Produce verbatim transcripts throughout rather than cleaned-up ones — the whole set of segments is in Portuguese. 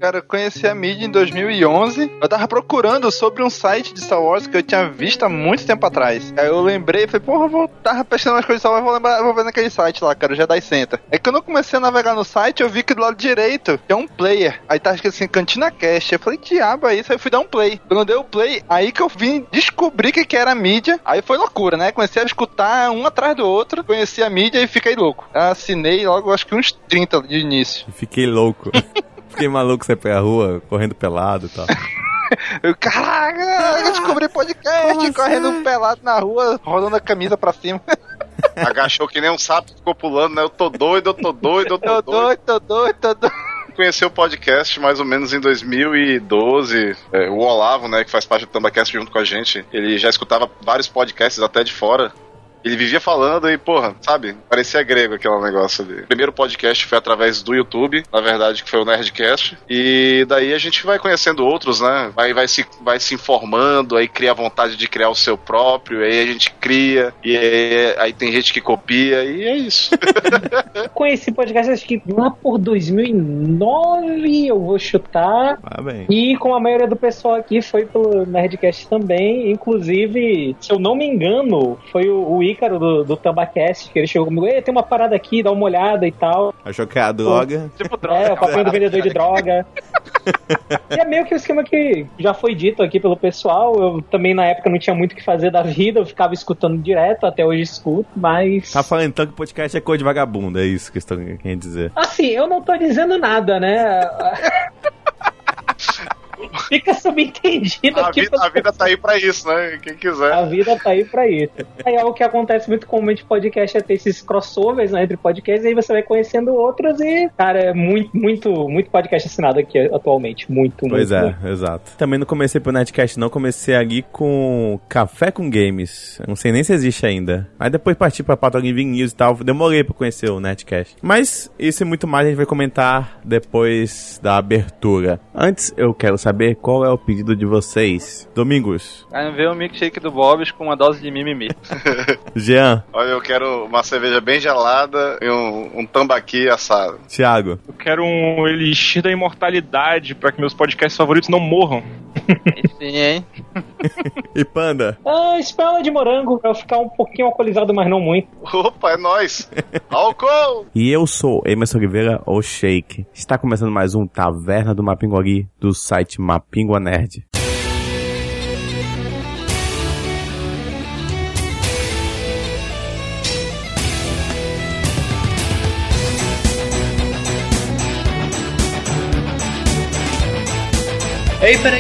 Cara, eu conheci a mídia em dois mil e onze. Eu tava procurando sobre um site de Star Wars que eu tinha visto há muito tempo atrás. Aí eu lembrei, falei, porra, eu vou, tava pesquisando as coisas de Star Wars, vou, lembrar, vou ver naquele site lá, cara, o Jedi Center. Aí quando eu comecei a navegar no site, eu vi que do lado direito tem um player. Aí tá escrito assim, Cantina Cast. Eu falei, diabo é isso? Aí eu fui dar um play. Quando eu dei o play, aí que eu vim descobrir o que, que era a mídia. Aí foi loucura, né? Comecei a escutar um atrás do outro, conheci a mídia e fiquei louco. Eu assinei logo, acho que uns trinta de início. Fiquei louco. Fiquei maluco, sair pra rua, correndo pelado e tal. Eu, caraca, eu descobri podcast, correndo pelado na rua, rodando a camisa pra cima. Agachou que nem um sapo, ficou pulando, né? Eu tô doido, eu tô doido, eu tô, tô doido. Tô doido, tô doido, Conheci o podcast mais ou menos em dois mil e doze. É, o Olavo, né, que faz parte do Tambacast junto com a gente, ele já escutava vários podcasts até de fora. Ele vivia falando e, porra, sabe, parecia grego aquele negócio ali. O primeiro podcast foi através do YouTube, na verdade, que foi o Nerdcast. E daí a gente vai conhecendo outros, né? Vai, vai, se, vai se informando, aí cria a vontade de criar o seu próprio, aí a gente cria, e aí, aí tem gente que copia, e é isso. Conheci podcast, acho que lá por dois mil e nove, eu vou chutar. Ah, bem. E com a maioria do pessoal aqui foi pelo Nerdcast também. Inclusive, se eu não me engano, foi o, o Ícaro do, do Tambacast, que ele chegou comigo, ei, tem uma parada aqui, dá uma olhada e tal. Achou que era a droga? Tipo droga. É, o papel do vendedor de droga. E é meio que o esquema que já foi dito aqui pelo pessoal. Eu também na época não tinha muito o que fazer da vida, eu ficava escutando direto, até hoje escuto, mas... Tá falando então que o podcast é coisa de vagabundo, é isso que estão querendo dizer. Assim, eu não tô dizendo nada, né? Fica subentendido a aqui. Vida, a vida tá aí pra isso, né? Quem quiser. A vida tá aí pra isso. Aí é o que acontece muito comumente em podcast, é ter esses crossovers, né, entre podcasts, e aí você vai conhecendo outros e, cara, é muito, muito, muito podcast assinado aqui atualmente. Muito, pois muito. Pois é, muito. Exato. Também não comecei pro Nerdcast, não. Comecei ali com Café com Games. Eu não sei nem se existe ainda. Aí depois parti pra Patrulha News e tal. Demorei pra conhecer o Nerdcast. Mas isso e muito mais a gente vai comentar depois da abertura. Antes, eu quero saber qual é o pedido de vocês. Domingos. Aí veio um milkshake do Bob's com uma dose de mimimi. Jean. Olha, eu quero uma cerveja bem gelada e um, um tambaqui assado. Thiago. Eu quero um elixir da imortalidade pra que meus podcasts favoritos não morram. Sim, hein? E Panda? Ah, espela de morango pra eu ficar um pouquinho alcoolizado, mas não muito. Opa, é nóis! Álcool! E eu sou Emerson Oliveira, o Shake. Está começando mais um Taverna do Mapinguari do site Mapingua Nerd. Ei, peraí.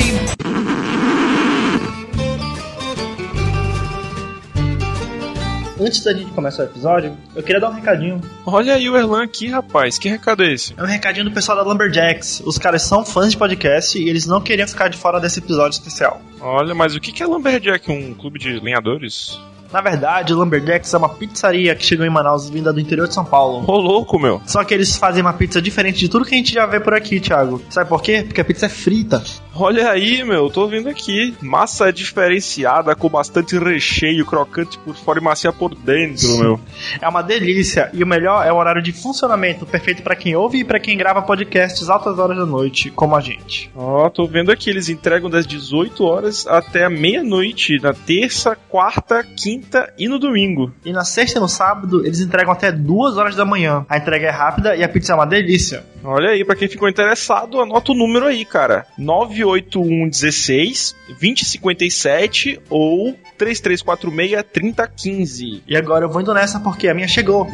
Antes da gente começar o episódio, eu queria dar um recadinho. Olha aí o Erlan aqui, rapaz. Que recado é esse? É um recadinho do pessoal da Lumberjacks. Os caras são fãs de podcast e eles não queriam ficar de fora desse episódio especial. Olha, mas o que é Lumberjack? Um clube de lenhadores? Na verdade, o Lumberjacks é uma pizzaria que chegou em Manaus vinda do interior de São Paulo. Ô, louco, meu. Só que eles fazem uma pizza diferente de tudo que a gente já vê por aqui, Thiago. Sabe por quê? Porque a pizza é frita. Olha aí, meu, tô vendo aqui. Massa diferenciada, com bastante recheio, crocante por fora e macia por dentro, meu. É uma delícia. E o melhor é o horário de funcionamento, perfeito pra quem ouve e pra quem grava podcasts altas horas da noite, como a gente. Ó, tô vendo aqui, eles entregam das dezoito horas até a meia-noite, na terça, quarta, quinta e no domingo. E na sexta e no sábado, eles entregam até duas horas da manhã. A entrega é rápida e a pizza é uma delícia. Olha aí, pra quem ficou interessado, anota o número aí, cara. nove oito um um seis, dois zero cinco sete ou três três quatro seis, três zero um cinco. E agora eu vou indo nessa porque a minha chegou.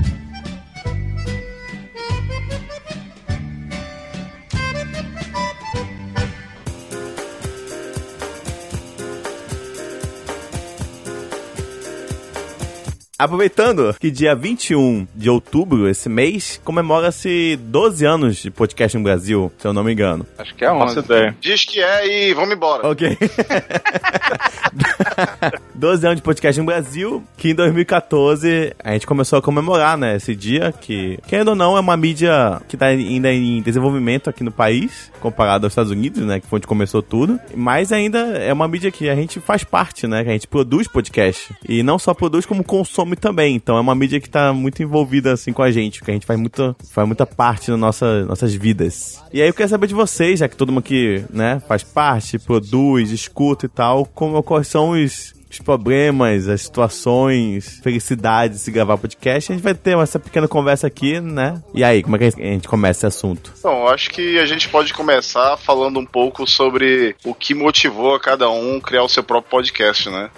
Aproveitando que dia vinte e um de outubro, esse mês, comemora-se doze anos de podcast no Brasil, se eu não me engano. Acho que é onze. Nossa ideia. Diz que é e vamos embora. Ok. doze anos de podcast no Brasil, que em dois mil e catorze a gente começou a comemorar, né, esse dia, que, querendo ou não, é uma mídia que tá ainda em desenvolvimento aqui no país, comparado aos Estados Unidos, né, que foi onde começou tudo, mas ainda é uma mídia que a gente faz parte, né, que a gente produz podcast, e não só produz, como consome consome também. Então é uma mídia que tá muito envolvida assim com a gente, porque a gente faz muita, faz muita parte nas nossa, nossas vidas. E aí eu quero saber de vocês, já que todo mundo aqui, né, faz parte, produz, escuta e tal, como, quais são os... os problemas, as situações, felicidades de se gravar podcast. A gente vai ter essa pequena conversa aqui, né? E aí, como é que a gente começa esse assunto? Então, acho que a gente pode começar falando um pouco sobre o que motivou a cada um criar o seu próprio podcast, né?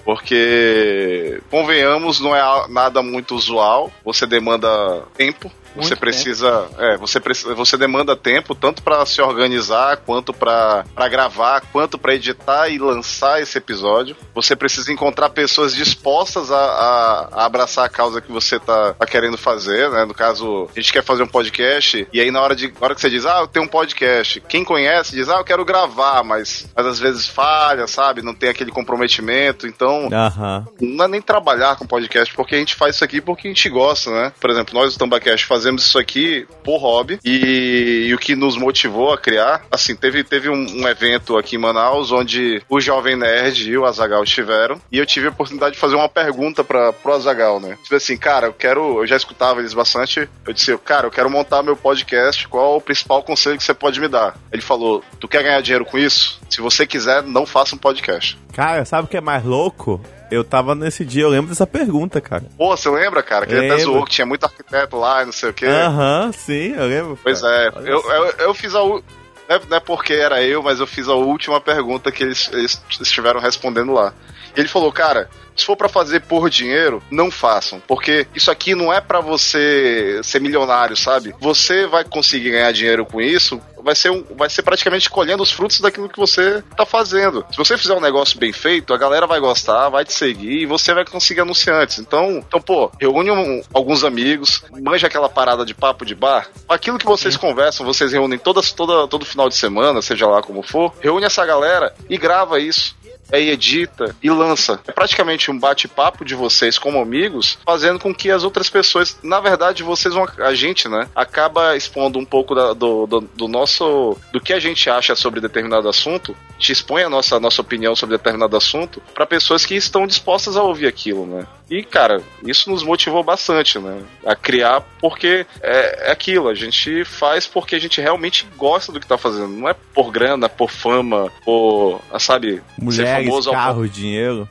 Porque, convenhamos, não é nada muito usual. Você demanda tempo. Você Muito precisa, tempo. é, você precisa, você demanda tempo tanto para se organizar, quanto para gravar, quanto para editar e lançar esse episódio. Você precisa encontrar pessoas dispostas a, a, a abraçar a causa que você tá, tá querendo fazer, né? No caso, a gente quer fazer um podcast e aí na hora de, na hora que você diz, ah, eu tenho um podcast, quem conhece diz, ah, eu quero gravar, mas, mas às vezes falha, sabe? Não tem aquele comprometimento, então uh-huh. não é nem trabalhar com podcast, porque a gente faz isso aqui porque a gente gosta, né? Por exemplo, nós do Tambacast fazemos Fazemos isso aqui por hobby e, e o que nos motivou a criar, assim, teve, teve um, um evento aqui em Manaus onde o Jovem Nerd e o Azaghal estiveram e eu tive a oportunidade de fazer uma pergunta para pro Azaghal, né? Tipo assim, cara, eu quero, eu já escutava eles bastante, eu disse, cara, eu quero montar meu podcast, qual o principal conselho que você pode me dar? Ele falou, tu quer ganhar dinheiro com isso? Se você quiser, não faça um podcast. Cara, sabe o que é mais louco? Eu tava nesse dia, eu lembro dessa pergunta, cara. Pô, você lembra, cara? Que ele até zoou que tinha muito arquiteto lá e não sei o quê. Aham, uh-huh, sim, eu lembro. Pois cara. é, eu, eu, eu fiz a... Não é, não é porque era eu, mas eu fiz a última pergunta que eles, eles estiveram respondendo lá. E ele falou, cara, se for pra fazer por dinheiro, não façam. Porque isso aqui não é pra você ser milionário, sabe? Você vai conseguir ganhar dinheiro com isso, vai ser, um, vai ser praticamente colhendo os frutos daquilo que você tá fazendo. Se você fizer um negócio bem feito, a galera vai gostar, vai te seguir e você vai conseguir anunciantes. Então, então pô, reúne um, alguns amigos, manja aquela parada de papo de bar. Aquilo que vocês conversam, vocês reúnem todas, toda, todo final de semana, seja lá como for, reúne essa galera e grava isso. Aí edita e lança. É praticamente um bate-papo de vocês como amigos, fazendo com que as outras pessoas, na verdade, vocês vão, a gente, né, acaba expondo um pouco da, do, do, do nosso, do que a gente acha sobre determinado assunto, a gente expõe a nossa, a nossa opinião sobre determinado assunto para pessoas que estão dispostas a ouvir aquilo, né. E, cara, isso nos motivou bastante, né, a criar, porque é, é aquilo, a gente faz porque a gente realmente gosta do que tá fazendo, não é por grana, por fama, por, sabe, mulher, carro, dinheiro.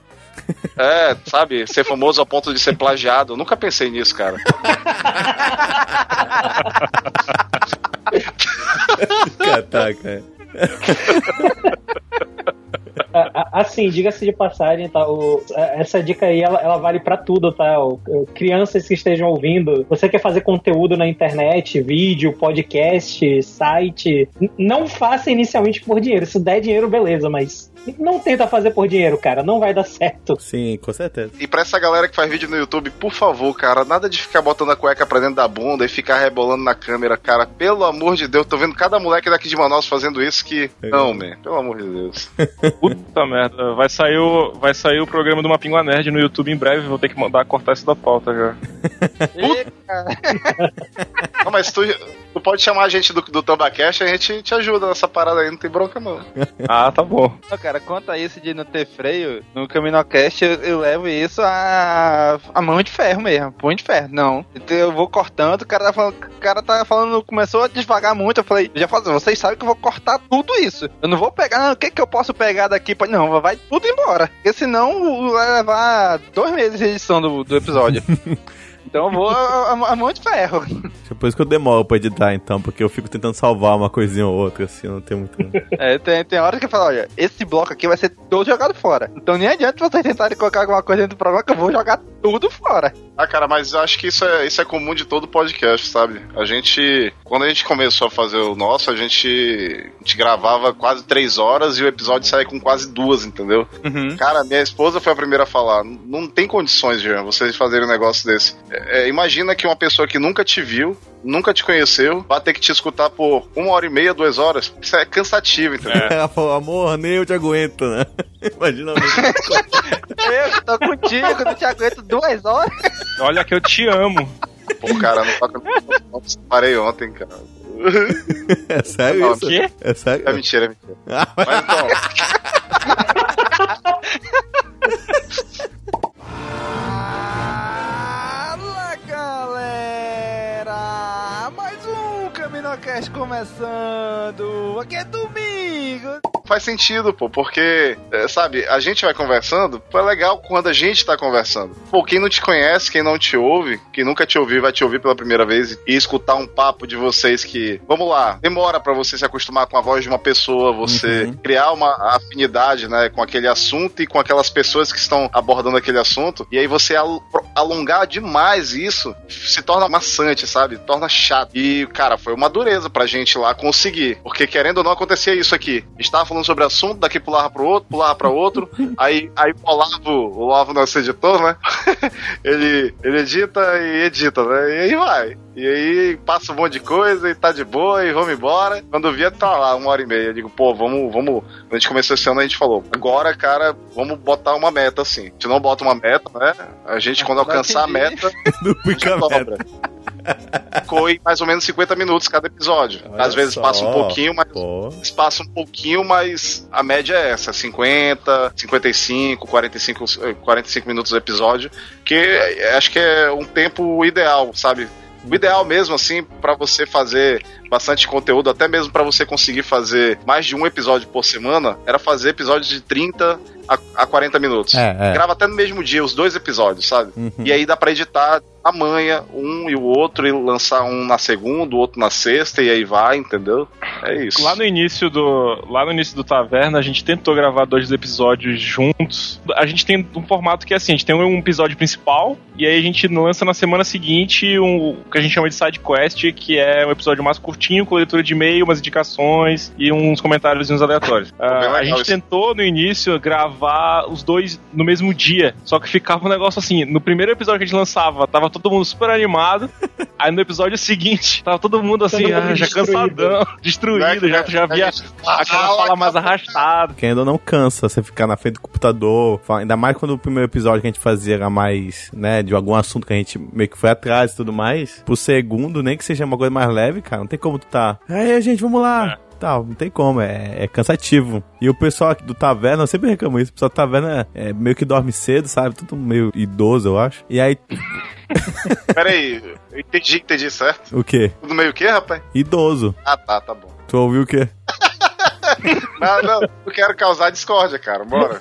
É, sabe, ser famoso ao ponto de ser plagiado. Eu nunca pensei nisso, cara. Cataca. Assim, diga-se de passagem, tá? O, essa dica aí, ela, ela vale pra tudo, tá? O, crianças que estejam ouvindo, você quer fazer conteúdo na internet, vídeo, podcast, site, não faça inicialmente por dinheiro. Se der dinheiro, beleza, mas não tenta fazer por dinheiro, cara, não vai dar certo. Sim, com certeza. E pra essa galera que faz vídeo no YouTube, por favor, cara, nada de ficar botando a cueca pra dentro da bunda e ficar rebolando na câmera, cara, pelo amor de Deus, tô vendo cada moleque daqui de Manaus fazendo isso que... Não, man, pelo amor de Deus. Puta merda, vai sair, o, vai sair o programa do Mapingua Nerd no YouTube em breve, vou ter que mandar cortar isso da pauta já. Não, mas tu, tu pode chamar a gente do, do Tambacast, a gente te ajuda nessa parada aí, não tem bronca não. Ah, tá bom. Não, cara, quanto a isso de não ter freio, no CaminoCast eu, eu levo isso a, a mão de ferro mesmo, punho de ferro, não. Então eu vou cortando, o cara tá falando, o cara tá falando, começou a devagar muito, eu falei, já falei, vocês sabem que eu vou cortar tudo isso. Eu não vou pegar, não, o que que eu posso pegar daqui? Não, vai tudo embora, porque senão vai levar dois meses de edição do, do episódio. Então eu vou a, a, a mão de ferro. É por isso que eu demoro pra editar, então, porque eu fico tentando salvar uma coisinha ou outra, assim, não tem muito... É, tem, tem hora que eu falo, olha, esse bloco aqui vai ser todo jogado fora. Então nem adianta vocês tentarem colocar alguma coisa dentro do programa que eu vou jogar tudo fora. Ah, cara, mas acho que isso é, isso é comum de todo podcast, sabe? A gente, quando a gente começou a fazer o nosso, a gente, a gente gravava quase três horas e o episódio saía com quase duas, entendeu? Uhum. Cara, minha esposa foi a primeira a falar, não tem condições, Jean, vocês fazerem um negócio desse. É, imagina que uma pessoa que nunca te viu, nunca te conheceu, vai ter que te escutar por uma hora e meia, duas horas. Isso é cansativo, entendeu? Ela falou, amor, nem eu te aguento, né? Imagina. Eu tô contigo, não te aguento duas horas. Olha que eu te amo. Pô, cara, não toca no parei ontem, cara. É sério não, isso? Quê? É sério? É mentira, é mentira. Mas então... Cast começando! Aqui é domingo! Faz sentido, pô, porque, é, sabe, a gente vai conversando, pô, é legal quando a gente tá conversando. Pô, quem não te conhece, quem não te ouve, quem nunca te ouviu, vai te ouvir pela primeira vez e escutar um papo de vocês que, vamos lá, demora pra você se acostumar com a voz de uma pessoa, você uhum. criar uma afinidade, né, com aquele assunto e com aquelas pessoas que estão abordando aquele assunto, e aí você al- alongar demais isso, se torna maçante, sabe? Torna chato. E, cara, foi uma dureza pra gente lá conseguir, porque querendo ou não acontecia isso aqui. A gente tava falando sobre assunto, daqui pulava pro outro, pulava pra outro, aí, aí o Olavo, o Olavo, nosso editor, né? ele, ele edita e edita, né? E aí vai. E aí passa um monte de coisa e tá de boa e vamos embora. Quando via, tá lá, uma hora e meia. Eu digo, pô, vamos, vamos. Quando a gente começou esse ano, a gente falou, agora, cara, vamos botar uma meta assim. A gente não bota uma meta, né? A gente, quando alcançar a meta, duplica a meta. Ficou em mais ou menos cinquenta minutos cada episódio. Olha Às vezes só. passa um pouquinho, mas Pô. passa um pouquinho, mas a média é essa, cinquenta, cinquenta e cinco, quarenta e cinco, quarenta e cinco minutos do episódio, que acho que é um tempo ideal, sabe? O ideal mesmo, assim, pra você fazer bastante conteúdo, até mesmo pra você conseguir fazer mais de um episódio por semana, era fazer episódios de trinta a quarenta minutos. É, é. Grava até no mesmo dia, os dois episódios, sabe? Uhum. E aí dá pra editar amanhã, um e o outro, e lançar um na segunda, o outro na sexta, e aí vai, entendeu? É isso. Lá no início do, lá no início do Taverna, a gente tentou gravar dois episódios juntos. A gente tem um formato que é assim, a gente tem um episódio principal, e aí a gente lança na semana seguinte um, o que a gente chama de side quest, que é um episódio mais curtinho, com leitura de e-mail, umas indicações e uns comentários aleatórios. Uh, a gente isso. tentou no início gravar os dois no mesmo dia, só que ficava um negócio assim, no primeiro episódio que a gente lançava, tava todo mundo super animado, aí no episódio seguinte, tava todo mundo assim, todo ah, já destruído. cansadão, destruído, já, já via aquela fala mais arrastada. Quem ainda não cansa, você ficar na frente do computador, ainda mais quando o primeiro episódio que a gente fazia era mais, né, de algum assunto que a gente meio que foi atrás e tudo mais, pro segundo, nem que seja uma coisa mais leve, cara, não tem como tu tá, aí gente, vamos lá. É. Tal, não tem como, é, é cansativo. E o pessoal aqui do Taverna, eu sempre reclamo isso, o pessoal do Taverna é meio que dorme cedo, sabe? Tudo meio idoso, eu acho. E aí... Peraí, eu entendi, entendi certo. O quê? Tudo meio o quê, rapaz? Idoso. Ah, tá, tá bom. Tu ouviu o quê? Não, não, eu quero causar discórdia, cara, bora.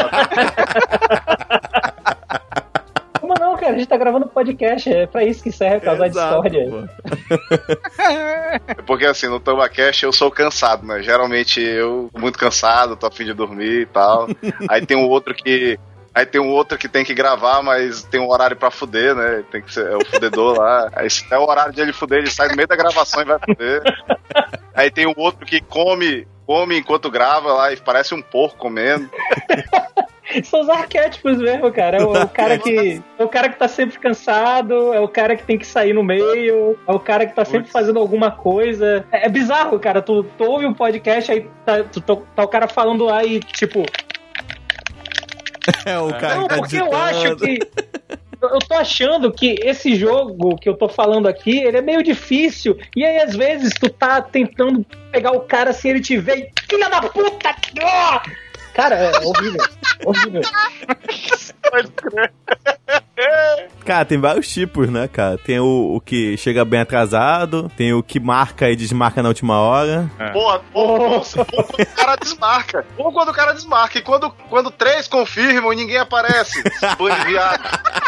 Como não, cara? A gente tá gravando podcast, é pra isso que serve, causar Exato, discórdia. Porque assim, no TambaCast eu sou cansado, né? Geralmente eu muito cansado, tô a fim de dormir e tal. Aí tem um outro que... Aí tem um outro que tem que gravar, mas tem um horário pra fuder, né? Tem que ser é o fudedor lá. Aí se é o horário de ele fuder, ele sai no meio da gravação e vai fuder. Aí tem um outro que come, come enquanto grava lá e parece um porco comendo. São os arquétipos mesmo, cara. É o, o cara que é o cara que tá sempre cansado, é o cara que tem que sair no meio, é o cara que tá sempre fazendo alguma coisa. É, é bizarro, cara. Tu, tu ouve um podcast, aí tá, tu, tá o cara falando lá e tipo... É o cara Não, que tá porque digitando. eu acho que... Eu tô achando que esse jogo que eu tô falando aqui, ele é meio difícil. E aí, às vezes, tu tá tentando pegar o cara assim, ele te vê e... Filha da puta! Cara, é horrível. Horrível. Cara, tem vários tipos, né, cara? Tem o, o que chega bem atrasado, tem o que marca e desmarca na última hora. É. Porra, porra, ou quando o cara desmarca. Ou quando o cara desmarca. E quando, quando três confirmam e ninguém aparece. Bando de viado.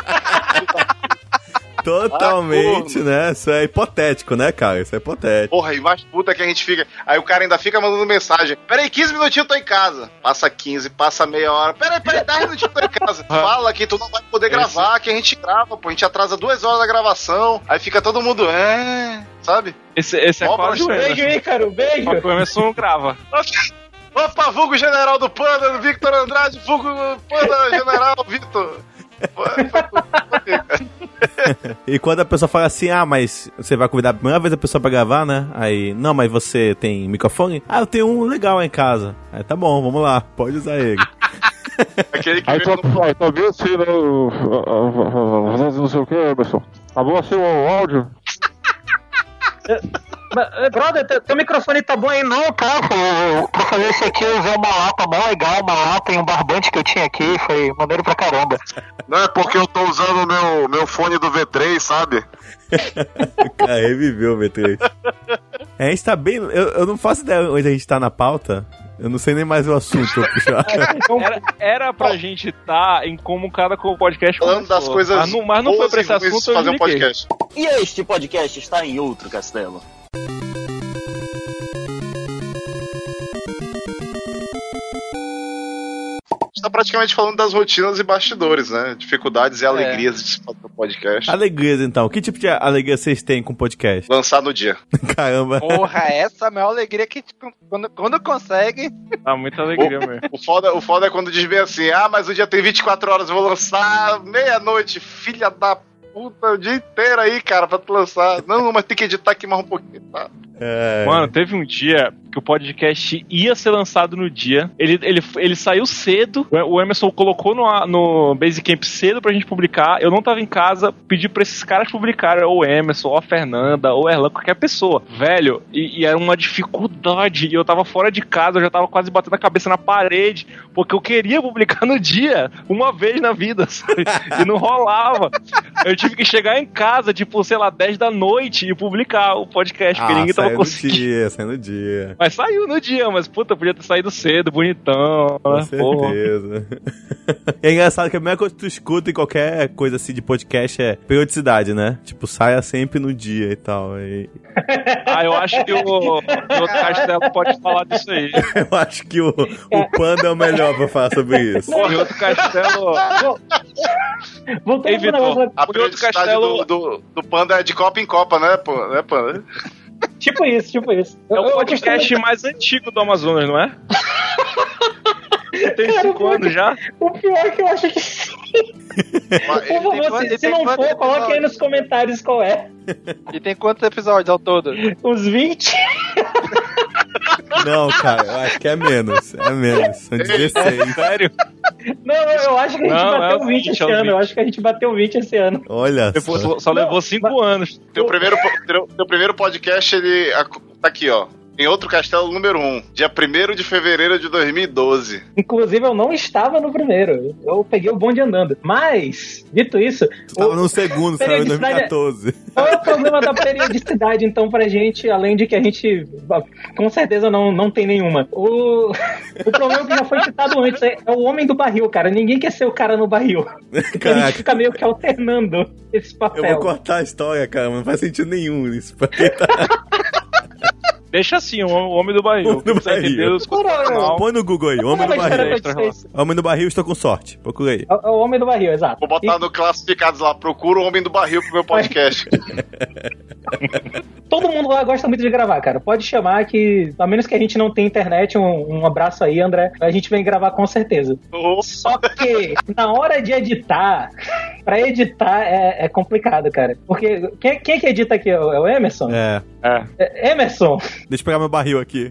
Totalmente, ah, né? Isso é hipotético, né, cara? Isso é hipotético. Porra, e mais puta que a gente fica. Aí o cara ainda fica mandando mensagem. Peraí, quinze minutinhos eu tô em casa. Passa quinze, passa meia hora. Peraí, peraí, dez minutinhos eu tô em casa. Fala que tu não vai poder gravar, que a gente grava, pô. A gente atrasa duas horas da gravação. Aí fica todo mundo. É. Sabe? Esse, esse é Ó, quase um beijo, Ícaro, beijo. O Emerson grava. Opa, vulgo General do Panda, Victor Andrade, vulgo Panda General Victor. E quando a pessoa fala assim, ah, mas você vai convidar a primeira vez a pessoa pra gravar, né? Aí, não, mas você tem microfone? Ah, eu tenho um legal aí em casa. Aí, tá bom, vamos lá, pode usar ele. Aquele que aí tu, no... aí, tá bem assim, né? Não sei o que, Emerson. Tá bom assim o áudio? Brother, teu, teu microfone tá bom aí? Não, tá. Pra fazer isso aqui eu usei uma lata mó legal, uma lata e um barbante que eu tinha aqui. Foi maneiro pra caramba. Não é porque eu tô usando o meu, meu fone do V três, sabe? O cara reviveu o V três. É, a gente tá bem... Eu, eu não faço ideia onde a gente tá na pauta. Eu não sei nem mais o assunto. era, era pra gente estar tá em como cada podcast falando começou. das coisas mas não, mas não foi pra esse assunto fazer um podcast. E este podcast está em outro castelo. Tá praticamente falando das rotinas e bastidores, né? Dificuldades e alegrias é. de fazer um podcast. Alegrias, então. Que tipo de alegria vocês têm com podcast? Lançar no dia. Caramba. Porra, essa é a maior alegria que quando, quando consegue... Dá muita alegria o, mesmo. O foda, o foda é quando diz bem assim, ah, mas o dia tem vinte e quatro horas, eu vou lançar meia-noite, filha da puta, o dia inteiro aí, cara, pra tu lançar. Não, mas tem que editar aqui mais um pouquinho, tá? É... Mano, teve um dia que o podcast ia ser lançado no dia. Ele, ele, ele saiu cedo. O Emerson colocou no, no Basecamp cedo pra gente publicar. Eu não tava em casa, pedi pra esses caras publicarem. Ou o Emerson, ou a Fernanda, ou o Erlan, qualquer pessoa. Velho, e, e era uma dificuldade. E eu tava fora de casa, eu já tava quase batendo a cabeça na parede. Porque eu queria publicar no dia, uma vez na vida, sabe? E não rolava. Eu tive que chegar em casa, tipo, sei lá, dez da noite e publicar o podcast. Ah, porque ninguém tava conseguindo. Saiu no dia, saiu no dia. Mas saiu no dia, mas puta, podia ter saído cedo, bonitão. Com certeza. É engraçado que a primeira coisa que tu escuta em qualquer coisa assim de podcast é periodicidade, né? Tipo, saia sempre no dia e tal. E... Ah, eu acho que o, o outro Castelo pode falar disso aí. Eu acho que o, o Panda é o melhor pra falar sobre isso. Porra, o outro Castelo... Voltando Ei, Vitor, negócio... A periodicidade Castelo... do, do, do Panda é de Copa em Copa, né, pô? Né, Panda? Tipo isso, tipo isso. É o podcast mais antigo do Amazonas, não é? Tem cinco anos já? O pior é que eu acho que sim. Por favor, se, se não for, coloque aí nos comentários qual é. E tem quantos episódios ao todo? Uns vinte. Não, cara, eu acho que é menos. É menos. São dezesseis. Sério? Não, eu acho que a gente não, bateu é vinte esse ano. Eu acho que a gente bateu vinte esse ano. Olha Depois, só. Só levou cinco mas... anos. Teu primeiro, teu, teu primeiro podcast, ele tá aqui, ó. Em Outro Castelo número um, dia primeiro de fevereiro de dois mil e doze. Inclusive, eu não estava no primeiro. Eu peguei o bonde andando. Mas, dito isso... Tu tava no segundo, saiu em dois mil e catorze. Qual é o problema da periodicidade, então, pra gente? Além de que a gente, com certeza, não, não tem nenhuma. O, o problema que já foi citado antes é, é o homem do barril, cara. Ninguém quer ser o cara no barril. Então a gente fica meio que alternando esse papel. Eu vou cortar a história, cara. Não faz sentido nenhum isso. Pra quem tá... Deixa assim, o homem do barril. O homem do barril. Põe no Google aí, o homem do barril. Homem do barril, estou com sorte. Procura aí. É o homem do barril, exato. Vou botar e... no classificados lá, procura o homem do barril pro meu podcast. Todo mundo lá gosta muito de gravar, cara. Pode chamar que, a menos que a gente não tenha internet, um, um abraço aí, André, a gente vem gravar com certeza. Oh. Só que, na hora de editar, pra editar é, é complicado, cara. Porque, quem, quem que edita aqui? É o Emerson? É. É. é Emerson. Deixa eu pegar meu barril aqui.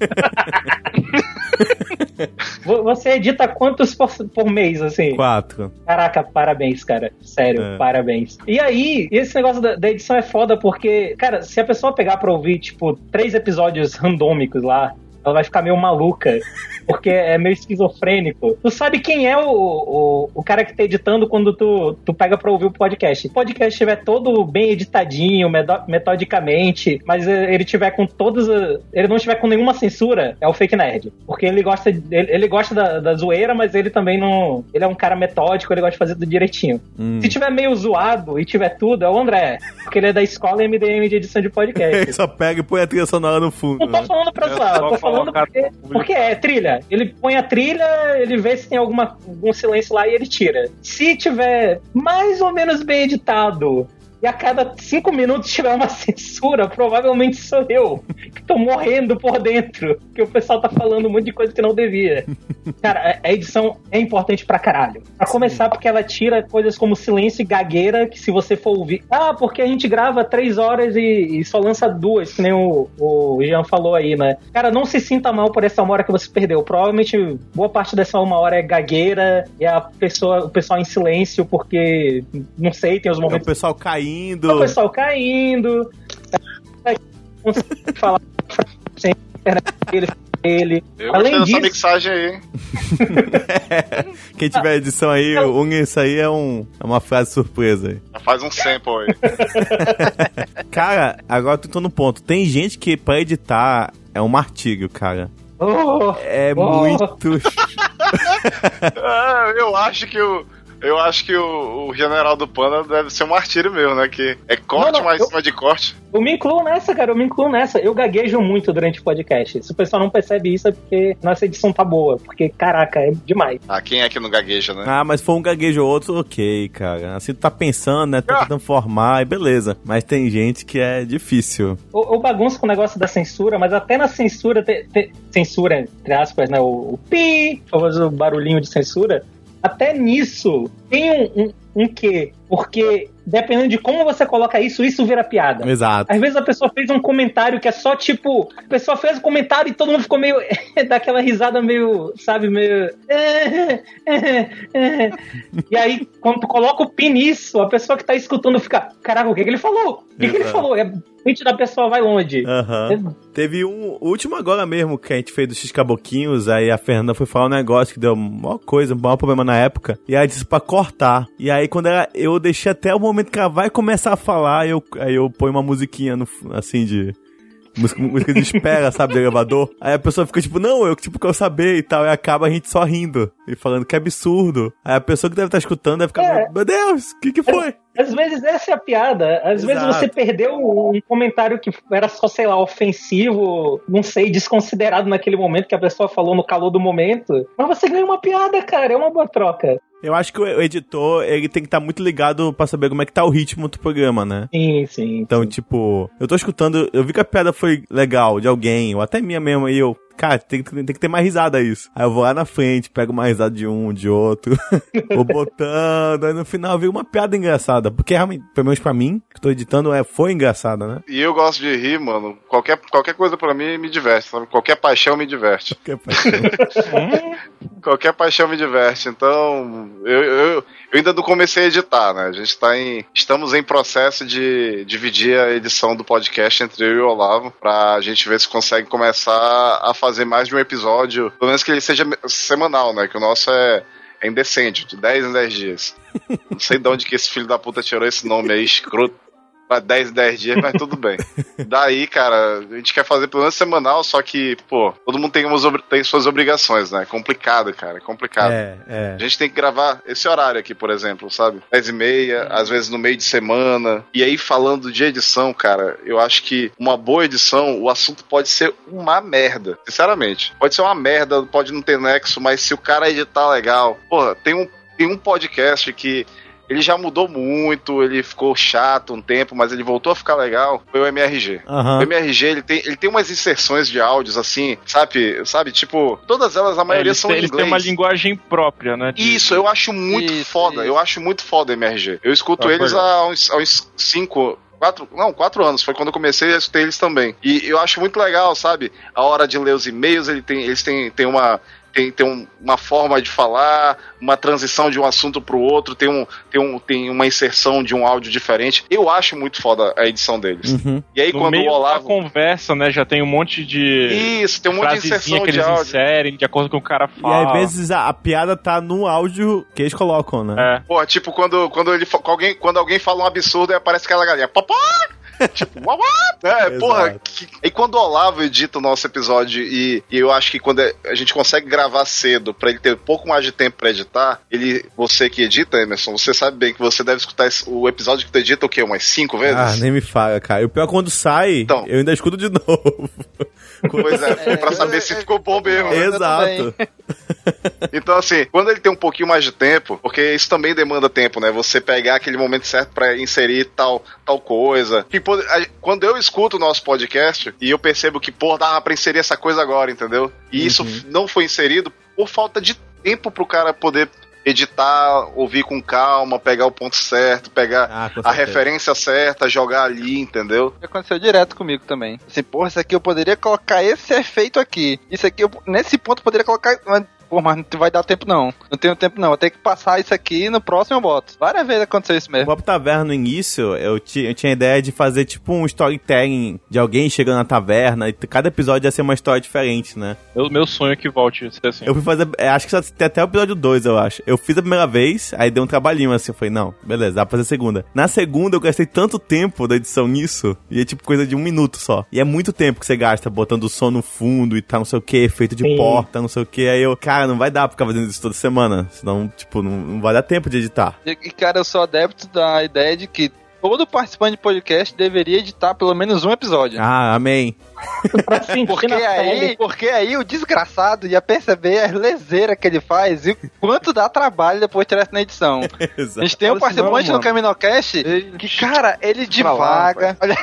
Você edita quantos por, por mês, assim? Quatro. Caraca, parabéns, cara. Sério, é. parabéns. E aí, esse negócio da, da edição é foda porque, cara, se a pessoa pegar pra ouvir, tipo, três episódios randômicos lá, ela vai ficar meio maluca, porque é meio esquizofrênico. Tu sabe quem é o, o, o cara que tá editando quando tu, tu pega pra ouvir o podcast. Se o podcast estiver todo bem editadinho, metodicamente, mas ele tiver com todas... Ele não tiver com nenhuma censura, é o Fake Nerd. Porque ele gosta, ele, ele gosta da, da zoeira, mas ele também não... Ele é um cara metódico, ele gosta de fazer tudo direitinho. Hum. Se tiver meio zoado e tiver tudo, é o André. Porque ele é da escola M D M de edição de podcast. Ele só pega e põe a trilha sonora no fundo. Não tô né? falando pra zoar, tô falando porque, porque é trilha. Ele põe a trilha, ele vê se tem alguma, algum silêncio lá e ele tira. Se tiver mais ou menos bem editado e a cada cinco minutos tiver uma censura, provavelmente sou eu que tô morrendo por dentro, que o pessoal tá falando um monte de coisa que não devia. Cara, a edição é importante pra caralho. Pra começar, porque ela tira coisas como silêncio e gagueira, que se você for ouvir... Ah, porque a gente grava três horas e, e só lança duas, que nem o, o Jean falou aí, né? Cara, não se sinta mal por essa uma hora que você perdeu. Provavelmente, boa parte dessa uma hora é gagueira, e a pessoa, o pessoal em silêncio, porque, não sei, tem os momentos... É o pessoal caindo. O pessoal caindo. Falar sem internet, ele dele. Eu Além gostei dessa disso, mixagem aí. Quem tiver edição aí, um, isso aí é, um, é uma frase surpresa aí. Já faz um sample aí. Cara, agora tu tô no ponto. Tem gente que pra editar é um martírio, cara. oh, É oh. muito... Ah, eu acho que o. Eu acho que o, o General do Panda deve ser um martírio meu, né? Que é corte Não, não, mais eu- cima de corte. Eu me incluo nessa, cara, eu me incluo nessa. Eu gaguejo muito durante o podcast. Se o pessoal não percebe isso, é porque nossa edição tá boa. Porque, caraca, é demais. Ah, quem é que não gagueja, né? Ah, mas foi um gaguejo ou outro, ok, cara. Assim tu tá pensando, né? Tá tentando formar, e beleza. Mas tem gente que é difícil. Eu, eu bagunço com o negócio da censura, mas até na censura, te, te, censura, entre aspas, né? O, o pi, o famoso barulhinho de censura. Até nisso tem um, um, um quê? Porque dependendo de como você coloca isso, isso vira piada. Exato. Às vezes a pessoa fez um comentário que é só tipo. A pessoa fez o comentário e todo mundo ficou meio. daquela risada meio. Sabe, meio. E aí, quando tu coloca o pi nisso, a pessoa que tá escutando fica. Caraca, o que, que ele falou? O que, que ele Exato. falou? É mente da pessoa vai longe. Aham. Teve um o último agora mesmo que a gente fez do X Caboquinhos, aí a Fernanda foi falar um negócio que deu maior coisa, um maior problema na época, e aí disse pra cortar. E aí quando ela, eu deixei até o momento que ela vai começar a falar, eu, aí eu ponho uma musiquinha no, assim de... Música, música de espera, sabe, de elevador. Aí a pessoa fica tipo, não, eu tipo, quero saber e tal. E acaba a gente só rindo e falando que é absurdo. Aí a pessoa que deve estar escutando deve ficar, É. meu Deus, o que que foi? Às vezes essa é a piada. Às vezes Exato. você perdeu um comentário que era só, sei lá, ofensivo, não sei, desconsiderado naquele momento que a pessoa falou no calor do momento. Mas você ganha uma piada, cara. É uma boa troca. Eu acho que o editor, ele tem que estar muito ligado pra saber como é que tá o ritmo do programa, né? Sim, sim. Então, tipo, eu tô escutando, eu vi que a piada foi legal de alguém, ou até minha mesmo, e eu, cara, tem, tem, tem que ter mais risada isso. Aí eu vou lá na frente, pego uma risada de um, de outro, vou botando, aí no final vem uma piada engraçada, porque realmente, pelo menos pra mim, que tô editando, é, foi engraçada, né? E eu gosto de rir, mano. Qualquer, qualquer coisa pra mim me diverte, sabe? Qualquer paixão me diverte. Que é paixão. Qualquer paixão me diverte. Então, eu, eu, eu ainda não comecei a editar, né? A gente tá em. Estamos em processo de dividir a edição do podcast entre eu e o Olavo, pra gente ver se consegue começar a fazer mais de um episódio. Pelo menos que ele seja semanal, né? Que o nosso é. É indecente, de dez em dez dias. Não sei de onde que esse filho da puta tirou esse nome aí, escroto. Pra dez em dez dias, mas tudo bem. Daí, cara, a gente quer fazer pelo menos semanal, só que, pô, todo mundo tem, umas, tem suas obrigações, né? É complicado, cara, é complicado. É, é. A gente tem que gravar esse horário aqui, por exemplo, sabe? dez e meia, às vezes no meio de semana. E aí, falando de edição, cara, eu acho que uma boa edição, o assunto pode ser uma merda. Sinceramente. Pode ser uma merda, pode não ter nexo, mas se o cara editar legal... Porra, tem um, tem um podcast que... Ele já mudou muito, ele ficou chato um tempo, mas ele voltou a ficar legal. Foi o M R G. Uhum. O M R G, ele tem, ele tem umas inserções de áudios, assim, sabe? Sabe, tipo, todas elas, a maioria eles são têm, em eles inglês. têm uma linguagem própria, né? de- Isso, eu acho muito Isso, foda. isso. Eu acho muito foda o M R G. Eu escuto Ah, eles foi. há uns, há uns cinco... Quatro, não, quatro anos, foi quando eu comecei a escutar eles também. E eu acho muito legal, sabe? A hora de ler os e-mails, ele tem, eles têm, têm uma... Tem, tem um, uma forma de falar, uma transição de um assunto pro outro, tem, um, tem, um, tem uma inserção de um áudio diferente. Eu acho muito foda a edição deles. Uhum. E aí, No quando meio o Olavo... da conversa, né, já tem um monte de Isso, tem um monte de frasezinha inserção que de eles áudio. inserem de acordo com o que o cara E fala. às vezes a, a piada tá no áudio que eles colocam, né? É. Pô, tipo, quando, quando, ele, fa- com alguém, quando alguém fala um absurdo, aí aparece aquela galinha. Papá! Tipo, what, what? É, Exato. porra. Que... E quando o Olavo edita o nosso episódio, e, e eu acho que quando a gente consegue gravar cedo, pra ele ter um pouco mais de tempo pra editar, ele, você que edita, Emerson, você sabe bem que você deve escutar esse- o episódio que tu edita o quê? Umas cinco vezes? Ah, nem me fala, cara. E o pior é quando sai, Então. eu ainda escuto de novo. Pois é, pra saber se ficou bom mesmo. né? Exato. Então, assim, quando ele tem um pouquinho mais de tempo, porque isso também demanda tempo, né? Você pegar aquele momento certo pra inserir tal, tal coisa. E, pô, a- quando eu escuto o nosso podcast e eu percebo que, pô, dava pra inserir essa coisa agora, entendeu? E isso Uhum. não foi inserido por falta de tempo pro cara poder editar, ouvir com calma, pegar o ponto certo, pegar Ah, com a certeza. referência certa, jogar ali, entendeu? Aconteceu direto comigo também. Assim, porra, isso aqui eu poderia colocar esse efeito aqui. Isso aqui, eu, nesse ponto, eu poderia colocar. Mas, pô, mas não vai dar tempo não. Não tenho tempo não. Vou ter que passar isso aqui no próximo eu boto. Várias vezes aconteceu isso mesmo. O Papo Taverna no início, eu, ti, eu tinha a ideia de fazer tipo um storytelling de alguém chegando na taverna e cada episódio ia ser uma história diferente, né? Meu, meu sonho é que volte a ser assim. Eu fui fazer, é, acho que só tem até o episódio dois, eu acho. Eu fiz a primeira vez, aí deu um trabalhinho assim, eu falei, não, beleza, dá pra fazer a segunda. Na segunda eu gastei tanto tempo da edição nisso, e é tipo coisa de um minuto só. E é muito tempo que você gasta botando o som no fundo e tá não sei o que, efeito de Sim. porta, não sei o que. Aí eu, cara, não vai dar pra ficar fazendo isso toda semana, senão, tipo, não, não vai dar tempo de editar. E, cara, eu sou adepto da ideia de que todo participante de podcast deveria editar pelo menos um episódio. Ah, amém. porque, aí, porque aí o desgraçado ia perceber a leseira que ele faz e o quanto dá trabalho depois de tirar isso na edição. A gente tem um participante no Caminocast que, cara, ele divaga. Olha...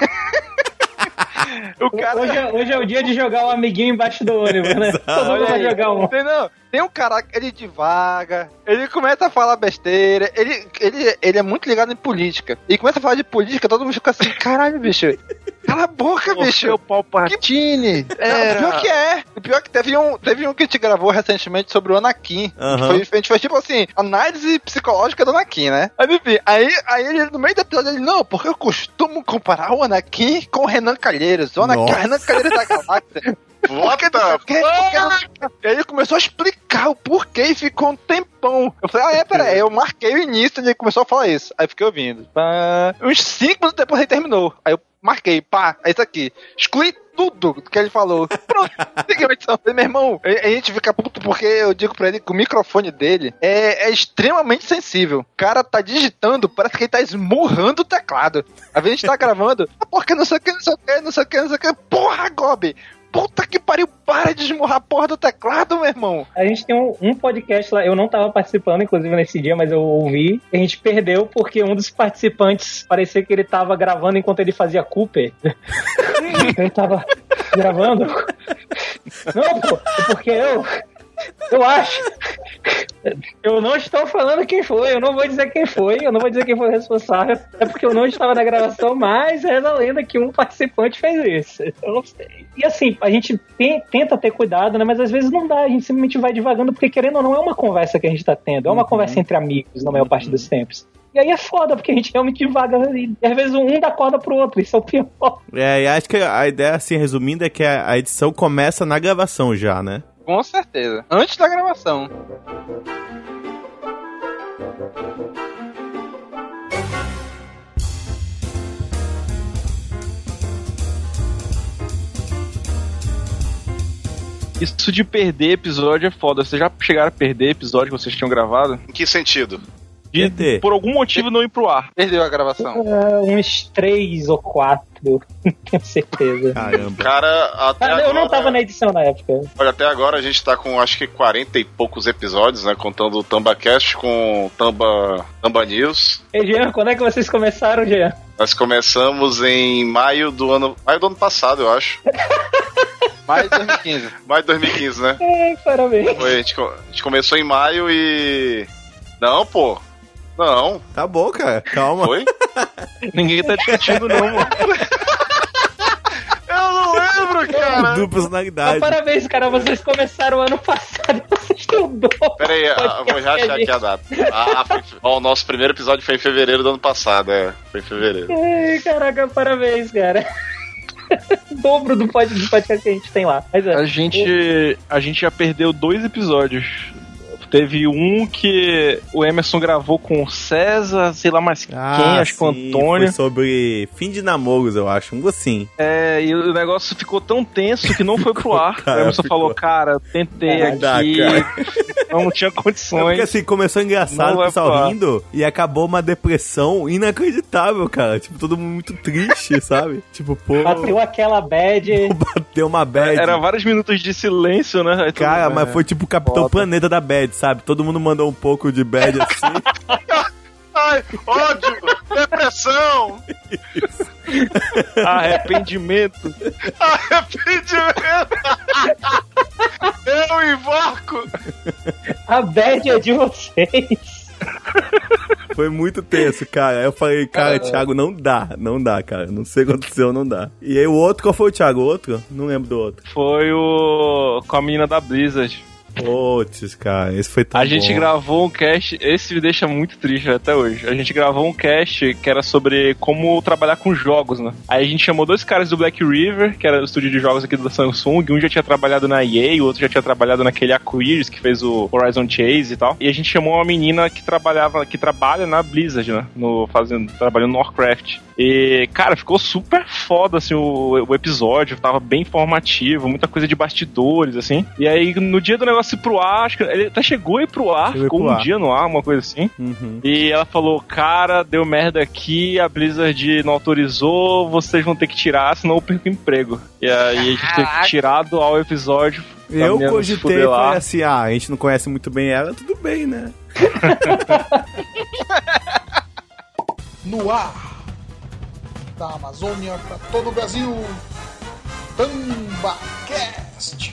O cara... hoje, é, hoje é o dia de jogar um amiguinho embaixo do ônibus, né? Todo mundo vai jogar um. Entendeu? Tem um cara, ele divaga, ele começa a falar besteira, ele, ele, ele é muito ligado em política. E começa a falar de política, todo mundo fica assim, caralho, bicho. Cala a boca, Pô, bicho. O Palpatine. É, pior que é. O pior que teve um, teve um que a gente gravou recentemente sobre o Anakin. Uhum. Foi, a gente fez tipo assim, análise psicológica do Anakin, né? Aí, enfim, aí, aí ele, no meio do episódio, ele, não, porque eu costumo comparar o Anakin com o Renan Calheiros. O Anakin, o Renan Calheiros da galáxia. Porque, porque, porque, aí ele começou a explicar o porquê e ficou um tempão. Eu falei, ah, é, peraí. Eu marquei o início e ele começou a falar isso. Aí fiquei ouvindo. Pá. Uns cinco minutos depois ele terminou. Aí eu marquei, pá, é isso aqui. Exclui tudo que ele falou. Pronto, segui a edição. Meu irmão, a gente fica puto porque eu digo pra ele que o microfone dele é, é extremamente sensível. O cara tá digitando, parece que ele tá esmurrando o teclado. Às vezes a gente tá gravando, ah, porque não sei o que, não sei o que, não sei o que, não sei o que. Porra, Gobi! Puta que pariu, para de esmurrar a porra do teclado, meu irmão. A gente tem um, um podcast lá, eu não tava participando, inclusive, nesse dia, mas eu ouvi. A gente perdeu porque um dos participantes parecia que ele tava gravando enquanto ele fazia Cooper. Ele tava gravando. Não, pô, é porque eu... Eu acho. Eu não estou falando quem foi, eu não vou dizer quem foi, eu não vou dizer quem foi o responsável. É porque eu não estava na gravação, mas reza a lenda que um participante fez isso. Eu não sei. E assim, a gente tem, tenta ter cuidado, né? Mas às vezes não dá, a gente simplesmente vai devagando, porque querendo ou não, é uma conversa que a gente tá tendo, é uma uhum. conversa entre amigos na maior parte dos tempos. E aí é foda, porque a gente realmente divaga e às vezes um dá corda pro outro, isso é o pior. É, e acho que a ideia, assim, resumindo, é que a edição começa na gravação já, né? Com certeza. Antes da gravação. Isso de perder episódio é foda. Vocês já chegaram a perder episódio que vocês tinham gravado? Em que sentido? De, de por algum motivo não ir pro ar. Perdeu a gravação. Uh, uns três ou quatro, tenho certeza. Caramba. Cara, até ah, agora... Eu não tava na edição na época. Olha, até agora a gente tá com acho que quarenta e poucos episódios, né? Contando o TambaCast com o Tamba, Tamba News. E Jean, quando é que vocês começaram, Jean? Nós começamos em maio do ano... Maio do ano passado, eu acho. Maio de dois mil e quinze. Maio de dois mil e quinze, né? É, parabéns. Foi, a, gente, a gente começou em maio e... Não, pô. Não. Tá bom, cara. Calma. Foi? Ninguém tá discutindo, não, mano. Eu não lembro, cara. Dupla personalidade. Ah, parabéns, cara. Vocês começaram o ano passado e vocês têm o dobro. Pera aí, eu vou já achar aqui a data. Ah, foi... Ó, o nosso primeiro episódio foi em fevereiro do ano passado, é. Foi em fevereiro. Ai, caraca, parabéns, cara. O dobro do podcast que a gente tem lá. Mas é. A gente, a gente já perdeu dois episódios. Teve um que o Emerson gravou com o César, sei lá mais ah, quem, acho que o Antônio. Foi sobre fim de namoros, eu acho, um assim. É, e o negócio ficou tão tenso que não foi pro ar. Cara, o Emerson ficou... falou, cara, eu tentei aqui, dá, não tinha condições. É porque assim, começou engraçado, o pessoal rindo, e acabou uma depressão inacreditável, cara. Tipo, todo mundo muito triste, sabe? Tipo, pô... Bateu aquela bad. Bateu uma bad. Era vários minutos de silêncio, né? Aí cara, mundo, mas é. foi tipo o Capitão Bota. Planeta da bad, sabe? Todo mundo mandou um pouco de bad assim. Ai, ódio, depressão, arrependimento. Arrependimento. Eu invoco. A bad é de vocês. Foi muito tenso, cara. Aí eu falei, cara, Thiago, não dá, não dá, cara. Não sei o que aconteceu, não dá. E aí o outro, qual foi o Thiago? O outro? Não lembro do outro. Foi o... com a menina da Blizzard. Putz, cara, esse foi tão A gente bom. gravou um cast, esse me deixa muito triste até hoje. A gente gravou um cast que era sobre como trabalhar com jogos, né? Aí a gente chamou dois caras do Black River, que era o estúdio de jogos aqui da Samsung. Um já tinha trabalhado na E A, o outro já tinha trabalhado naquele Aquiris, que fez o Horizon Chase e tal. E a gente chamou uma menina que trabalhava, que trabalha na Blizzard, né? No, fazendo, trabalhando no Warcraft. E, cara, ficou super foda, assim, o, o episódio. Tava bem informativo, muita coisa de bastidores, assim. E aí, no dia do negócio ir pro ar, acho que ele até chegou a ir pro ar, Chegou ficou pro um ar. dia no ar, uma coisa assim. Uhum. E ela falou, cara, deu merda aqui, a Blizzard não autorizou, vocês vão ter que tirar, senão eu perco o emprego. E aí a gente teve que tirar do ao episódio. Eu pra menos se cogitei, fuder lá. falei assim, ah, a gente não conhece muito bem ela, tudo bem, né? No ar da Amazônia para todo o Brasil, TambaCast.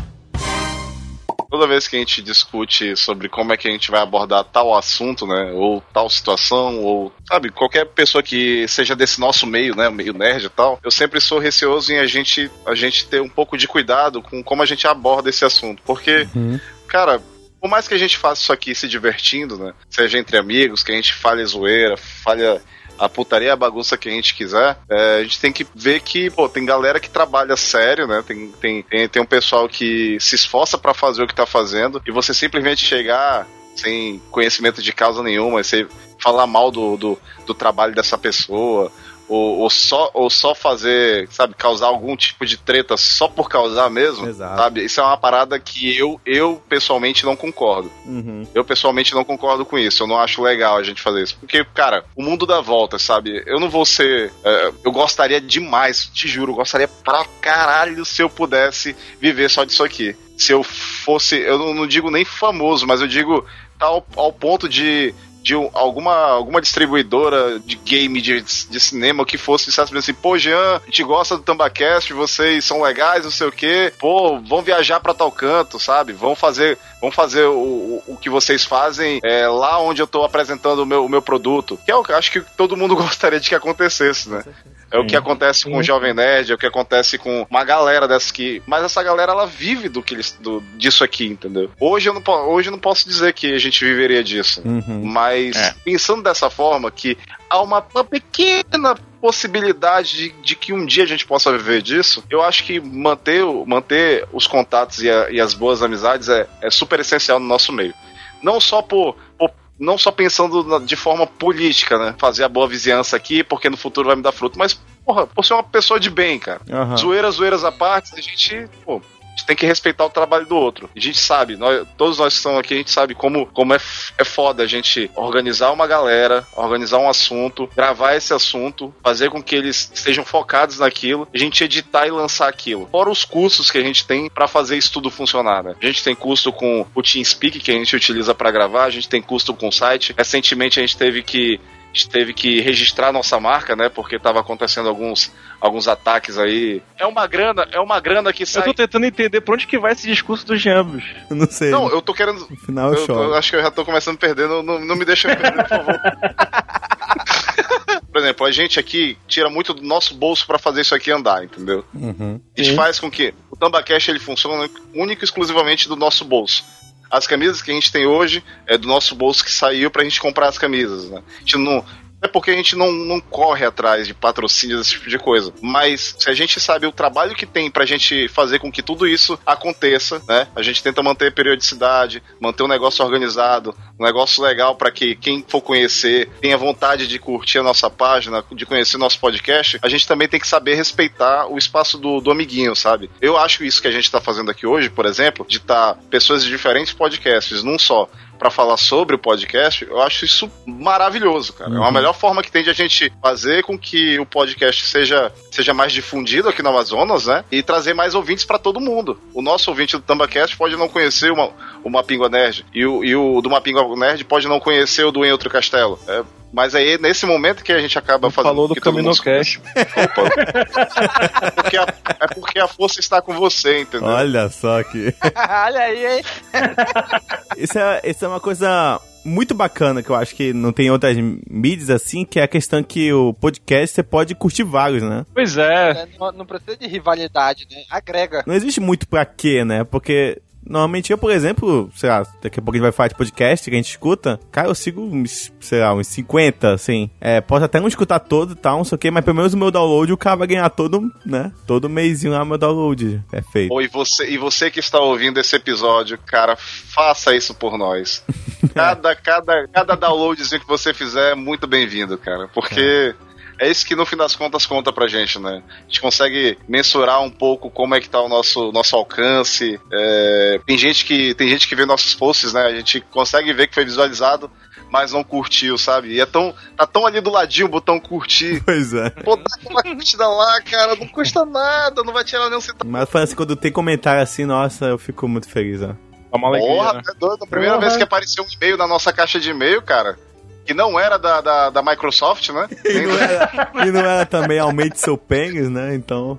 Toda vez que a gente discute sobre como é que a gente vai abordar tal assunto, né, ou tal situação, ou, sabe, qualquer pessoa que seja desse nosso meio, né, meio nerd e tal, eu sempre sou receoso em a gente, a gente ter um pouco de cuidado com como a gente aborda esse assunto, porque, Uhum. cara, por mais que a gente faça isso aqui se divertindo, né, seja entre amigos, que a gente fale zoeira, fale a putaria, a bagunça que a gente quiser, é, a gente tem que ver que, pô, tem galera que trabalha sério, né? Tem, tem, tem, tem um pessoal que se esforça pra fazer o que tá fazendo, e você simplesmente chegar sem conhecimento de causa nenhuma, você falar mal do, do, do trabalho dessa pessoa, ou, ou, só, ou só fazer, sabe, causar algum tipo de treta só por causar mesmo, Exato. sabe? Isso é uma parada que eu, eu pessoalmente não concordo. Uhum. Eu pessoalmente não concordo com isso. Eu não acho legal a gente fazer isso. Porque, cara, o mundo dá volta, sabe? Eu não vou ser... É, eu gostaria demais, te juro, eu gostaria pra caralho se eu pudesse viver só disso aqui. Se eu fosse... Eu não, não digo nem famoso, mas eu digo tal, ao ponto de... de um, alguma, alguma distribuidora de game, de, de cinema que fosse dissesse assim, pô, Jean, a gente gosta do TambaCast, vocês são legais, não sei o quê, pô, vão viajar pra tal canto, sabe? Vão fazer, vão fazer o, o, o que vocês fazem é, lá onde eu tô apresentando o meu, o meu produto. Que é o que eu acho que todo mundo gostaria de que acontecesse, né? É o que acontece com o Jovem Nerd, é o que acontece com uma galera dessas que... Mas essa galera, ela vive do que eles, do, disso aqui, entendeu? Hoje eu, não, hoje eu não posso dizer que a gente viveria disso. Uhum. Mas, É. pensando dessa forma, que há uma, uma pequena possibilidade de, de que um dia a gente possa viver disso, eu acho que manter, o- manter os contatos e, a- e as boas amizades é, é super essencial no nosso meio. Não só por... por não só pensando na- de forma política, né? Fazer a boa vizinhança aqui, porque no futuro vai me dar fruto. Mas, porra, por ser uma pessoa de bem, cara. Aham. Zoeiras, zoeiras à parte, a gente, pô, a gente tem que respeitar o trabalho do outro. A gente sabe, nós, todos nós que estamos aqui, a gente sabe como, como é, f- é foda a gente organizar uma galera, organizar um assunto, gravar esse assunto, fazer com que eles estejam focados naquilo, a gente editar e lançar aquilo. Fora os custos que a gente tem pra fazer isso tudo funcionar, né? A gente tem custo com o TeamSpeak, que a gente utiliza pra gravar, a gente tem custo com o site. Recentemente a gente teve que a gente teve que registrar nossa marca, né? Porque tava acontecendo alguns, alguns ataques aí. É uma grana, é uma grana que Eu sai. tô tentando entender pra onde que vai esse discurso do Jean, bicho. Eu não sei. Não, eu tô querendo. No final eu, Eu, choro. eu acho que eu já tô começando a perder, não, não, não me deixa perder, por favor. Por exemplo, a gente aqui tira muito do nosso bolso pra fazer isso aqui andar, entendeu? Uhum. A gente faz com que o TambaCast ele funcione único e exclusivamente do nosso bolso. As camisas que a gente tem hoje é do nosso bolso que saiu pra gente comprar as camisas, né? A gente não... É porque a gente não, não corre atrás de patrocínios, esse tipo de coisa. Mas se a gente sabe o trabalho que tem pra gente fazer com que tudo isso aconteça, né? A gente tenta manter periodicidade, manter um negócio organizado, um negócio legal pra que quem for conhecer tenha vontade de curtir a nossa página, de conhecer nosso podcast. A gente também tem que saber respeitar o espaço do, do amiguinho, sabe? Eu acho isso que a gente tá fazendo aqui hoje, por exemplo, de estar pessoas de diferentes podcasts num só, pra falar sobre o podcast, eu acho isso maravilhoso, cara. Uhum. É uma melhor forma que tem de a gente fazer com que o podcast seja, seja mais difundido aqui no Amazonas, né? E trazer mais ouvintes pra todo mundo. O nosso ouvinte do TambaCast pode não conhecer uma, o Mapingua Nerd, e o, e o do Mapingua Nerd pode não conhecer o do Em Outro Castelo. É, mas aí, nesse momento que a gente acaba fazendo... Falou do que todo mundo- CaminoCast. Opa. É porque, a, é porque a força está com você, entendeu? Olha só que... Olha aí, hein? Isso é, isso é uma coisa muito bacana que eu acho que não tem outras mídias assim, que é a questão que o podcast você pode curtir vários, né? Pois é. É, não, não precisa de rivalidade, né? Agrega. Não existe muito pra quê, né? Porque Normalmente eu, por exemplo, sei lá, daqui a pouco a gente vai falar de podcast que a gente escuta, cara, eu sigo, sei lá, uns cinquenta, assim. É, posso até não escutar todo e tal, não sei o que, mas pelo menos o meu download o cara vai ganhar todo, né? Todo mêsinho lá meu download é feito. Pô, e você, e você que está ouvindo esse episódio, cara, faça isso por nós. Cada, cada, cada downloadzinho que você fizer é muito bem-vindo, cara, porque... É. É isso que no fim das contas conta pra gente, né? A gente consegue mensurar um pouco como é que tá o nosso, nosso alcance. É, tem, gente que, tem gente que vê nossos posts, né? A gente consegue ver que foi visualizado, mas não curtiu, sabe? E é tão, tá tão ali do ladinho o botão curtir. Pois é. Pô, dá uma curtida lá, cara, não custa nada, não vai tirar nenhum centavo. Mas falando assim, quando tem comentário assim, nossa, eu fico muito feliz, ó. É uma alegria, Porra, né? é doido. A primeira Porra. vez que apareceu um e-mail na nossa caixa de e-mail, cara... Que não era da, da, da Microsoft, né? E não, era, e não era também aumente seu pênis, né? Então...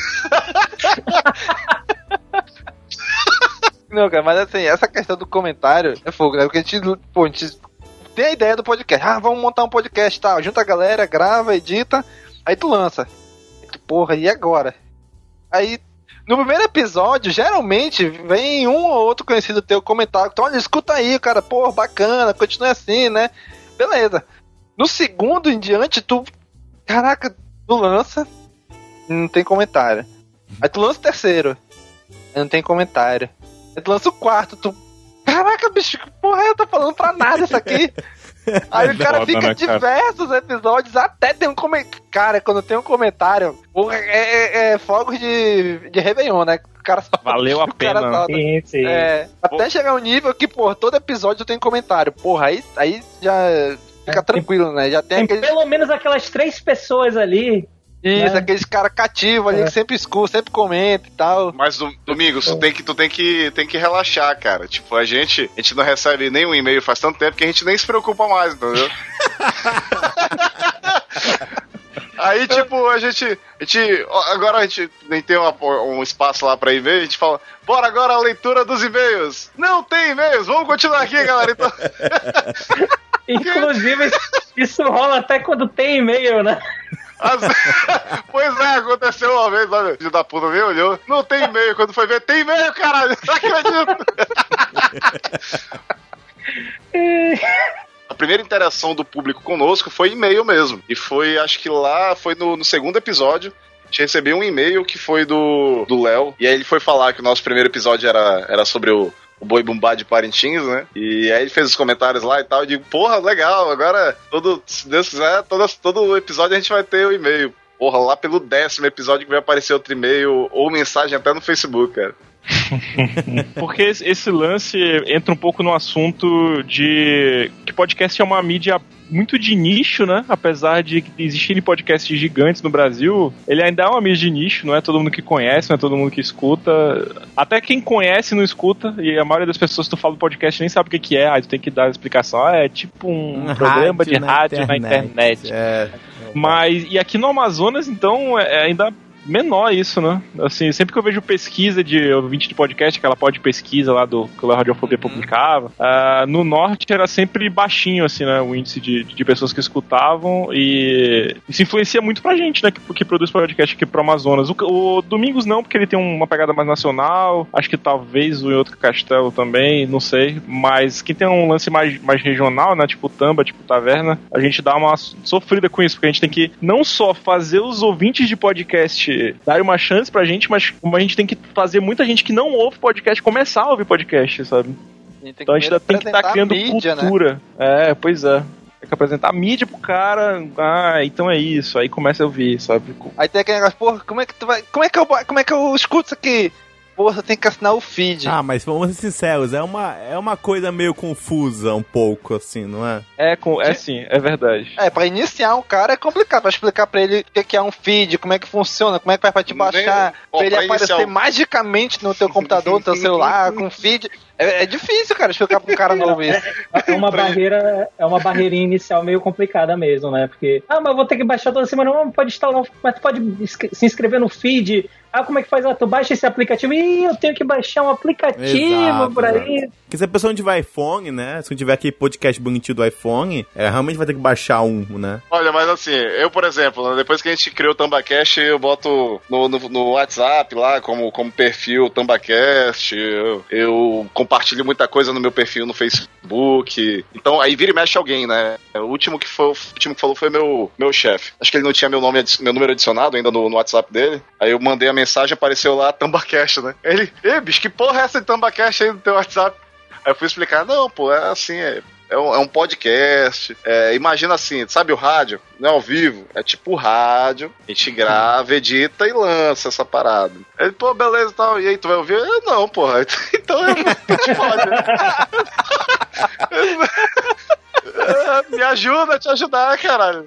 Não, cara, mas assim, essa questão do comentário é fogo, né? Porque a gente, pô, a gente tem a ideia do podcast. Ah, vamos montar um podcast, tal. Junta a galera, grava, edita, aí tu lança. Aí tu, porra, e agora? Aí... No primeiro episódio, geralmente, vem um ou outro conhecido teu comentar. Então, olha, escuta aí, cara, porra, bacana, continue assim, né? Beleza. No segundo em diante, tu... Caraca, tu lança, não tem comentário. Aí tu lança o terceiro, não tem comentário. Aí tu lança o quarto, tu... Caraca, bicho, que porra, eu tô falando pra nada isso aqui. Aí o cara fica né, diversos cara? episódios até tem um comentário. Cara, quando tem um comentário, porra, é, é, é fogos de, de Réveillon, né? O cara só, valeu a pena. Só, sim, sim. É, até chegar um nível que, porra, todo episódio tem comentário. Porra, aí, aí já fica é, tranquilo, tem, né? Já tem, tem aquele... pelo menos aquelas três pessoas ali. Isso, né? Aqueles caras cativos ali é. que sempre escutam, sempre comentam e tal. Mas, Domingos, tu, tem que, tu tem, que, tem que relaxar, cara. Tipo, a gente, a gente não recebe nenhum e-mail faz tanto tempo que a gente nem se preocupa mais, entendeu? Aí, tipo, a gente, a gente... Agora a gente nem tem uma, um espaço lá pra e-mail, a gente fala, bora agora a leitura dos e-mails. Não tem e-mails, vamos continuar aqui, galera, então... Inclusive, isso rola até quando tem e-mail, né? As... Pois é, aconteceu uma vez lá, meu filho da puta me olhou, não tem e-mail, quando foi ver, tem e-mail, caralho, não acredito. A primeira interação do público conosco foi e-mail mesmo, e foi, acho que lá, foi no, no segundo episódio, a gente recebeu um e-mail que foi do do Léo, e aí ele foi falar que o nosso primeiro episódio era, era sobre o o Boi Bumbá de Parintins, né? E aí ele fez os comentários lá e tal, eu digo, porra, legal, agora, todo, se Deus quiser, todo, todo episódio a gente vai ter o e-mail. Porra, lá pelo décimo episódio que vai aparecer outro e-mail ou mensagem até no Facebook, cara. Porque esse lance entra um pouco no assunto de que podcast é uma mídia muito de nicho, né? Apesar de existirem podcasts gigantes no Brasil, ele ainda é uma mídia de nicho, não é todo mundo que conhece, não é todo mundo que escuta. Até quem conhece não escuta, e a maioria das pessoas que tu fala do podcast nem sabe o que, que é, aí tu tem que dar a explicação. Ah, é tipo um, um programa de rádio na internet. Na internet. É. Mas, e aqui no Amazonas, então, é ainda menor isso, né? Assim, sempre que eu vejo pesquisa de ouvinte de podcast, aquela pod pesquisa lá do que a Radiofobia uhum. publicava, uh, no norte era sempre baixinho, assim, né? O índice de, de pessoas que escutavam e isso influencia muito pra gente, né? Que, que produz podcast aqui pro Amazonas. O, o Domingos não, porque ele tem uma pegada mais nacional, acho que talvez o Outro Castelo também, não sei, mas quem tem um lance mais, mais regional, né? Tipo Tamba, tipo Taverna, a gente dá uma sofrida com isso, porque a gente tem que não só fazer os ouvintes de podcast dar uma chance pra gente, mas como a gente tem que fazer muita gente que não ouve podcast começar a ouvir podcast, sabe? A então a gente ainda tem que estar tá criando mídia, cultura. Né? É, pois é. Tem que apresentar a mídia pro cara. Ah, então é isso. Aí começa a ouvir, sabe? Aí tem aquele negócio, porra, como é que tu vai. Como é que eu, como é que eu escuto isso aqui? Porra, tem que assinar o feed. Ah, mas vamos ser sinceros, é uma, é uma coisa meio confusa um pouco, assim, não é? É, com, é sim, é verdade. É, pra iniciar um cara é complicado, pra explicar pra ele o que é um feed, como é que funciona, como é que vai pra te baixar, Nem... pra ele pra aparecer iniciar... magicamente no teu computador, no teu celular, com feed. É, é difícil, cara, explicar pra um cara novo isso. É uma barreira, é uma barreirinha inicial meio complicada mesmo, né? Porque, ah, mas eu vou ter que baixar toda semana, não pode instalar, mas tu pode se inscrever no feed, Ah, como é que faz? Ah, tu baixa esse aplicativo. Ih, eu tenho que baixar um aplicativo Exato, pra exato. isso. Porque se a pessoa não tiver iPhone, né? Se não tiver aquele podcast bonitinho do iPhone, é, realmente vai ter que baixar um, né? Olha, mas assim, eu, por exemplo, né, depois que a gente criou o TambaCast, eu boto no, no, no WhatsApp lá, como, como perfil TambaCast, eu, eu compartilho muita coisa no meu perfil no Facebook. Então, aí vira e mexe alguém, né? O último que, foi, o último que falou foi meu, meu chefe. Acho que ele não tinha meu, nome, meu número adicionado ainda no, no WhatsApp dele. Aí eu mandei a mensagem, apareceu lá TambaCast, né? Ele, ei, bicho, que porra é essa de TambaCast aí no teu WhatsApp? Aí eu fui explicar, não, pô, é assim, é, é, um, é um podcast, é, imagina assim, sabe o rádio? Não é ao vivo, é tipo rádio, a gente grava, edita e lança essa parada. Ele, pô, beleza e tal, e aí, tu vai ouvir? Eu, não, porra, então é muito pode. Me ajuda a te ajudar, caralho.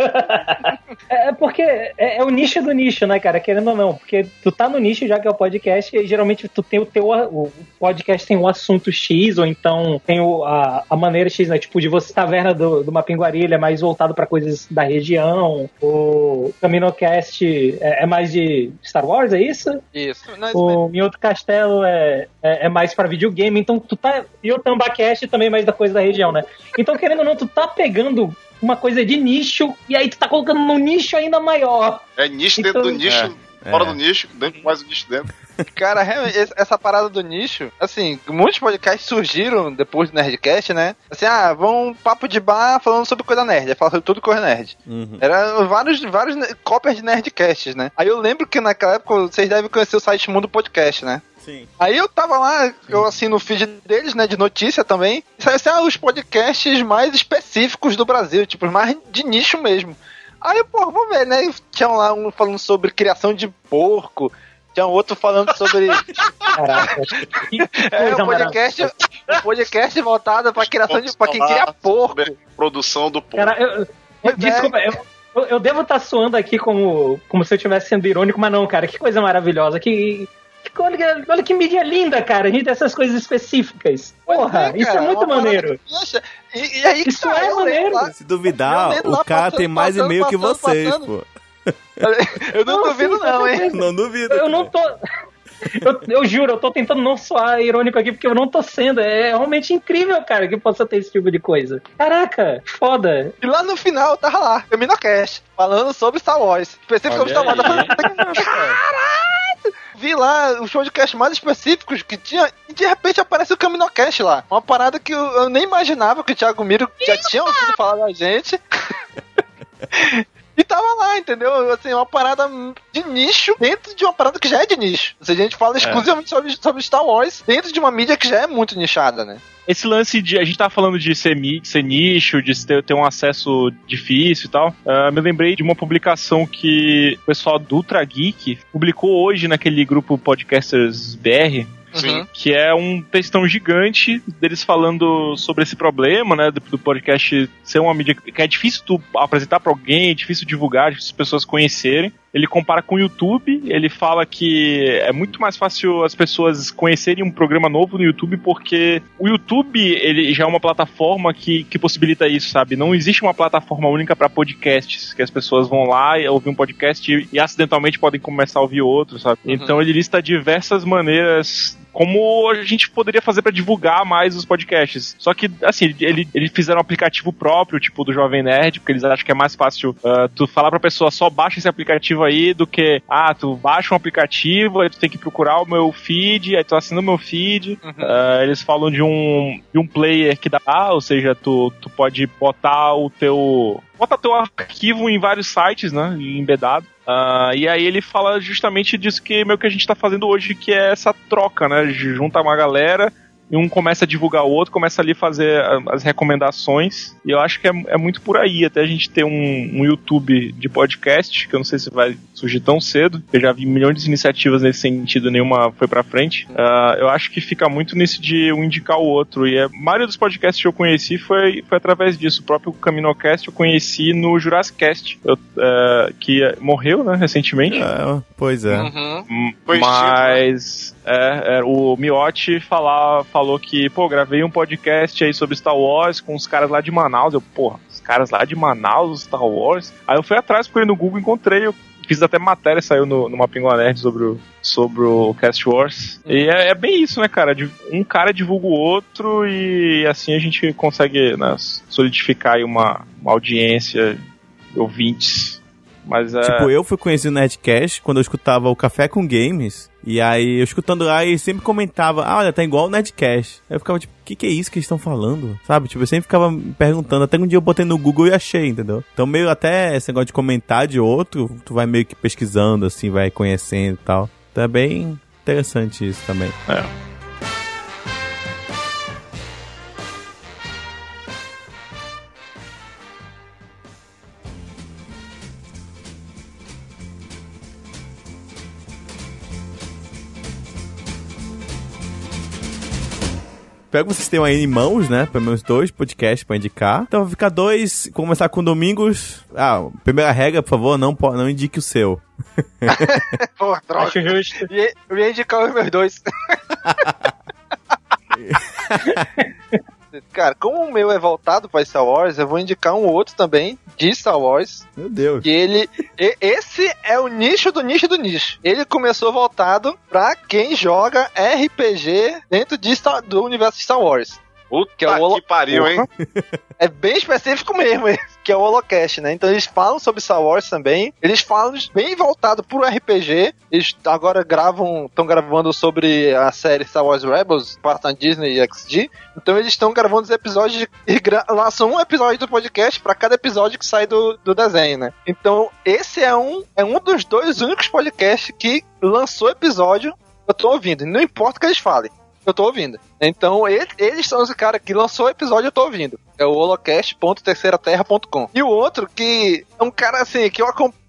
É porque é, é o nicho do nicho, né, cara? Querendo ou não. Porque tu tá no nicho, já que é o podcast, e geralmente tu tem o teu. O podcast tem um assunto X, ou então tem o, a, a maneira X, né? Tipo, de você Taverna do, do Mapinguari, ele é mais voltado pra coisas da região. O Caminocast é, é mais de Star Wars, é isso? Isso. O Minhoto Castelo é, é, é mais pra videogame. Então tu tá. E o TambaCast também é mais da coisa da região, né? Então, querendo ou não, tu tá pegando uma coisa de nicho e aí tu tá colocando num nicho ainda maior. É nicho dentro então, do nicho, é, fora é. do nicho, dentro mais do nicho dentro. Cara, realmente, essa parada do nicho, assim, muitos podcasts surgiram depois do Nerdcast, né? Assim, ah, vão papo de bar falando sobre coisa nerd, falando sobre tudo coisa nerd. Uhum. Eram vários, vários cópias de Nerdcasts, né? Aí eu lembro que naquela época vocês devem conhecer o site Mundo Podcast, né? Sim. Aí eu tava lá, eu assim, no feed deles, né, de notícia também, e saiu assim, ah, os podcasts mais específicos do Brasil, tipo, os mais de nicho mesmo. Aí, pô, vamos ver, né? Tinha lá um falando sobre criação de porco, tinha um outro falando sobre... Caraca. Que É, um podcast, um podcast voltado pra criação de... pra quem cria porco. Produção do porco. Cara, eu, eu, desculpa, eu, eu, eu devo estar suando aqui como, como se eu estivesse sendo irônico, mas não, cara, que coisa maravilhosa, que... Olha, olha que mídia linda, cara. A gente tem essas coisas específicas. Porra, é, isso é muito maneiro. E, e aí, isso cara, é maneiro. Lá, Se duvidar, o cara passando, tem mais passando, e-mail passando, que vocês, passando. pô. Eu não, não duvido, sim, não, hein? Não duvido. Eu não tô. Eu, eu juro, eu tô tentando não soar irônico aqui, porque eu não tô sendo. É realmente incrível, cara, que possa ter esse tipo de coisa. Caraca, foda. E lá no final, tava lá, Caminocast, falando sobre Star Wars. Específico sobre Star Wars. Caralho! Vi lá os podcasts mais específicos que tinha, e de repente aparece o Caminocast lá. Uma parada que eu, eu nem imaginava que o Thiago Miro já tinha ouvido falar da gente. E tava lá, entendeu? Assim, uma parada de nicho dentro de uma parada que já é de nicho. Ou seja, a gente fala exclusivamente é. sobre, sobre Star Wars dentro de uma mídia que já é muito nichada, né? Esse lance de... A gente tava falando de ser, mi, ser nicho, de ter, ter um acesso difícil e tal. Uh, me lembrei de uma publicação que o pessoal do Ultra Geek publicou hoje naquele grupo Podcasters B R. Sim. Que é um textão gigante deles falando sobre esse problema, né, do, do podcast ser uma mídia que é difícil tu apresentar pra alguém, é difícil divulgar, é difícil as pessoas conhecerem. Ele compara com o YouTube, ele fala que é muito mais fácil as pessoas conhecerem um programa novo no YouTube, porque o YouTube, ele já é uma plataforma que, que possibilita isso, sabe? Não existe uma plataforma única para podcasts, que as pessoas vão lá e ouvir um podcast e, e acidentalmente podem começar a ouvir outro, sabe? Uhum. Então ele lista diversas maneiras como a gente poderia fazer para divulgar mais os podcasts. Só que, assim, ele, eles fizeram um aplicativo próprio, tipo do Jovem Nerd, porque eles acham que é mais fácil uh, tu falar pra pessoa, só baixa esse aplicativo aí, do que, ah, tu baixa um aplicativo, aí tu tem que procurar o meu feed, aí tu assina o meu feed. Uhum. Uh, eles falam de um, de um player que dá, ou seja, tu, tu pode botar o teu... Bota teu arquivo em vários sites, né, embedado. Uh, e aí ele fala justamente disso que meio que a gente tá fazendo hoje, que é essa troca, né? Junta uma galera e um começa a divulgar o outro, começa ali a fazer as recomendações, e eu acho que é, é muito por aí, até a gente ter um, um YouTube de podcast, que eu não sei se vai surgir tão cedo, eu já vi milhões de iniciativas nesse sentido, nenhuma foi pra frente. Uh, eu acho que fica muito nisso de um indicar o outro, e a maioria dos podcasts que eu conheci foi, foi através disso. O próprio Caminocast eu conheci no Jurassicast, eu, uh, que morreu, né, recentemente. É, pois é. Uhum. Mas é, é, o Miotti falar, falou que, pô, gravei um podcast aí sobre Star Wars com os caras lá de Manaus. Eu, porra, os caras lá de Manaus, Star Wars. Aí eu fui atrás, procurei no Google, encontrei, eu fiz até matéria, saiu no, no Mapinguá Nerd sobre o, sobre o Cast Wars. E é, é bem isso, né, cara? Um cara divulga o outro e assim a gente consegue, né, solidificar aí uma, uma audiência, ouvintes. Mas, é... Tipo, eu fui conhecer o Nerdcast quando eu escutava o Café com Games. E aí, eu escutando lá, e sempre comentava, ah, olha, tá igual o Nerdcast. Aí eu ficava tipo, o que, que é isso que eles estão falando? Sabe? Tipo, eu sempre ficava me perguntando, até que um dia eu botei no Google e achei, entendeu? Então, meio até esse negócio de comentar de outro, tu vai meio que pesquisando, assim, vai conhecendo e tal. Então é bem interessante isso também. É. Espero que vocês tenham aí em mãos, né? Pelo menos dois podcasts pra indicar. Então vai ficar dois. Começar com Domingos. Ah, primeira regra, por favor, não, não indique o seu. Pô, droga. Acho justo. Eu ia indicar os meus dois. Cara, como o meu é voltado pra Star Wars, eu vou indicar um outro também de Star Wars. Meu Deus. E ele... e, esse é o nicho do nicho do nicho. Ele começou voltado pra quem joga R P G dentro de Star, do universo Star Wars. Puta que, é o holo... que pariu, hein? É bem específico mesmo, que é o Holocast, né? Então eles falam sobre Star Wars também. Eles falam bem voltado pro R P G. Eles agora gravam, estão gravando sobre a série Star Wars Rebels, parte da Disney e X D. Então eles estão gravando os episódios e gra... lançam um episódio do podcast pra cada episódio que sai do, do desenho, né? Então esse é um, é um dos dois únicos podcasts que lançou episódio. Eu tô ouvindo, não importa o que eles falem. Eu tô ouvindo. Então, ele, eles são os caras que lançou o episódio, eu tô ouvindo. É o holocast ponto terceira terra ponto com. E o outro que é um cara assim, que eu,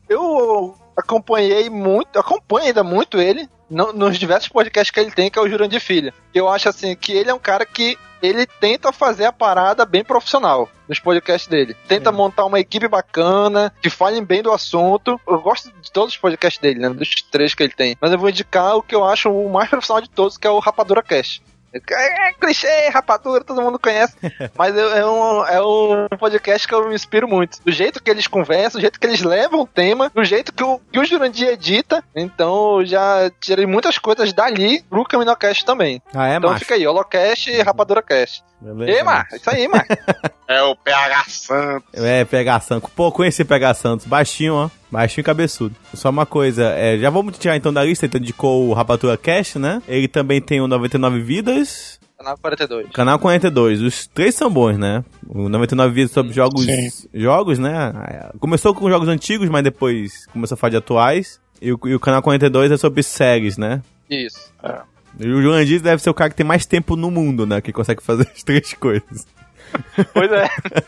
eu acompanhei muito, acompanho ainda muito ele, no, nos diversos podcasts que ele tem, que é o Jurandir Filho. Eu acho assim, que ele é um cara que ele tenta fazer a parada bem profissional nos podcasts dele. Tenta Sim. montar uma equipe bacana, que falem bem do assunto. Eu gosto de todos os podcasts dele, né? Dos três que ele tem. Mas eu vou indicar o que eu acho o mais profissional de todos, que é o Rapadura Cast. É, é clichê, rapadura, todo mundo conhece. Mas é, é, um, é um podcast que eu me inspiro muito. Do jeito que eles conversam, do jeito que eles levam o tema, do jeito que o, que o Jurandir edita. Então eu já tirei muitas coisas dali pro Caminocast também. Ah, é, então macho. Fica aí, Holocast e Rapadura Cast. Beleza, e aí, Mar, isso aí, Mar. É o P H Santos. É, P H Santos. Pô, conheci P H Santos. Baixinho, ó. Baixinho e cabeçudo. Só uma coisa, é, já vamos tirar então da lista, então indicou o Rapadura Cast, né? Ele também tem o noventa e nove Vidas. Canal quarenta e dois. Canal quarenta e dois. Os três são bons, né? O noventa e nove Vidas sobre jogos, jogos, né? Começou com jogos antigos, mas depois começou a falar de atuais. E o, e o Canal quarenta e dois é sobre séries, né? Isso. É. E o Jurandir deve ser o cara que tem mais tempo no mundo, né? Que consegue fazer as três coisas. Pois é.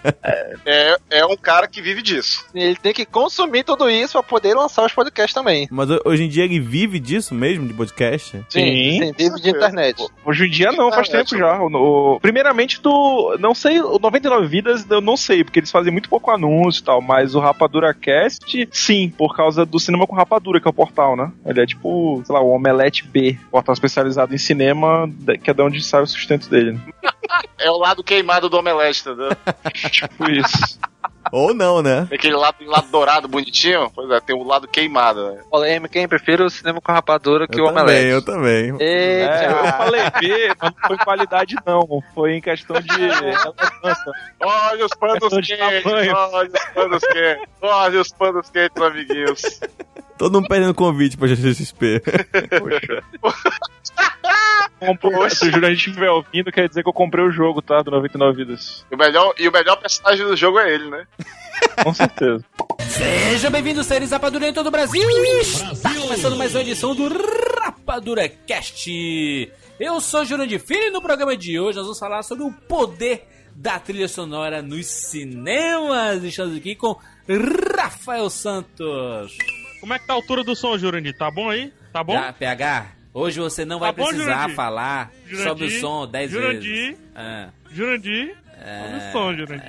é. É um cara que vive disso. Ele tem que consumir tudo isso pra poder lançar os podcasts também. Mas hoje em dia ele vive disso mesmo, de podcast? Sim, sim, vive de internet. Hoje em dia não, faz tempo já. O, primeiramente do... Não sei, o noventa e nove Vidas eu não sei, porque eles fazem muito pouco anúncio e tal, mas o Rapadura Cast, sim, por causa do Cinema com Rapadura, que é o portal, né? Ele é tipo, sei lá, o Omelete B, portal especializado em cinema, que é de onde sai o sustento dele. É o lado queimado do Omelete, entendeu? Tipo isso. Ou não, né? Aquele lado, lado dourado bonitinho, pois é, tem o lado queimado. Né? Polêmica, hein? Prefiro o Cinema com Rapadura que eu o Omelete. Eu também, eu também. É, eu falei B, mas não foi qualidade não, foi em questão de relevância. Olha os panos quentes, olha os panos quentes, olha os panos quentes, amiguinhos. Todo mundo perdendo convite pra G C X P. Poxa. Comprou, se o Jurandir estiver ouvindo, quer dizer que eu comprei o jogo, tá? Do noventa e nove Vidas. E o melhor, e o melhor personagem do jogo é ele, né? Com certeza. Seja bem-vindo, seres Rapadura em todo o Brasil. Brasil. Está começando mais uma edição do Rapadura Cast. Eu sou o Jurandir Filho e no programa de hoje nós vamos falar sobre o poder da trilha sonora nos cinemas. Estamos aqui com Rafael Santos. Como é que tá a altura do som, Jurandir? Tá bom aí? Tá bom? Já, P H, hoje você não vai tá bom, precisar Jurandir? falar Jurandir, sobre o som dez Jurandir, vezes. Ah. Jurandir, É... olha o som, Jurandir.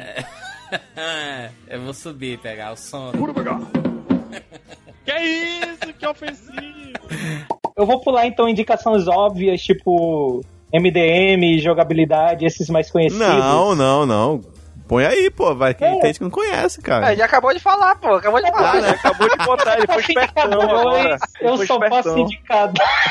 É... Eu vou subir, pegar o som. Pura pegar. Que isso? Que ofensivo. Eu vou pular então indicações óbvias, tipo M D M, jogabilidade, esses mais conhecidos. Não, não, não. Põe aí, pô, vai que tem gente que não conhece, cara. É, já acabou de falar, pô, acabou de falar. Ah, né? Acabou de botar, ele foi espertão agora. Eu Ele foi só posso espertão. indicado.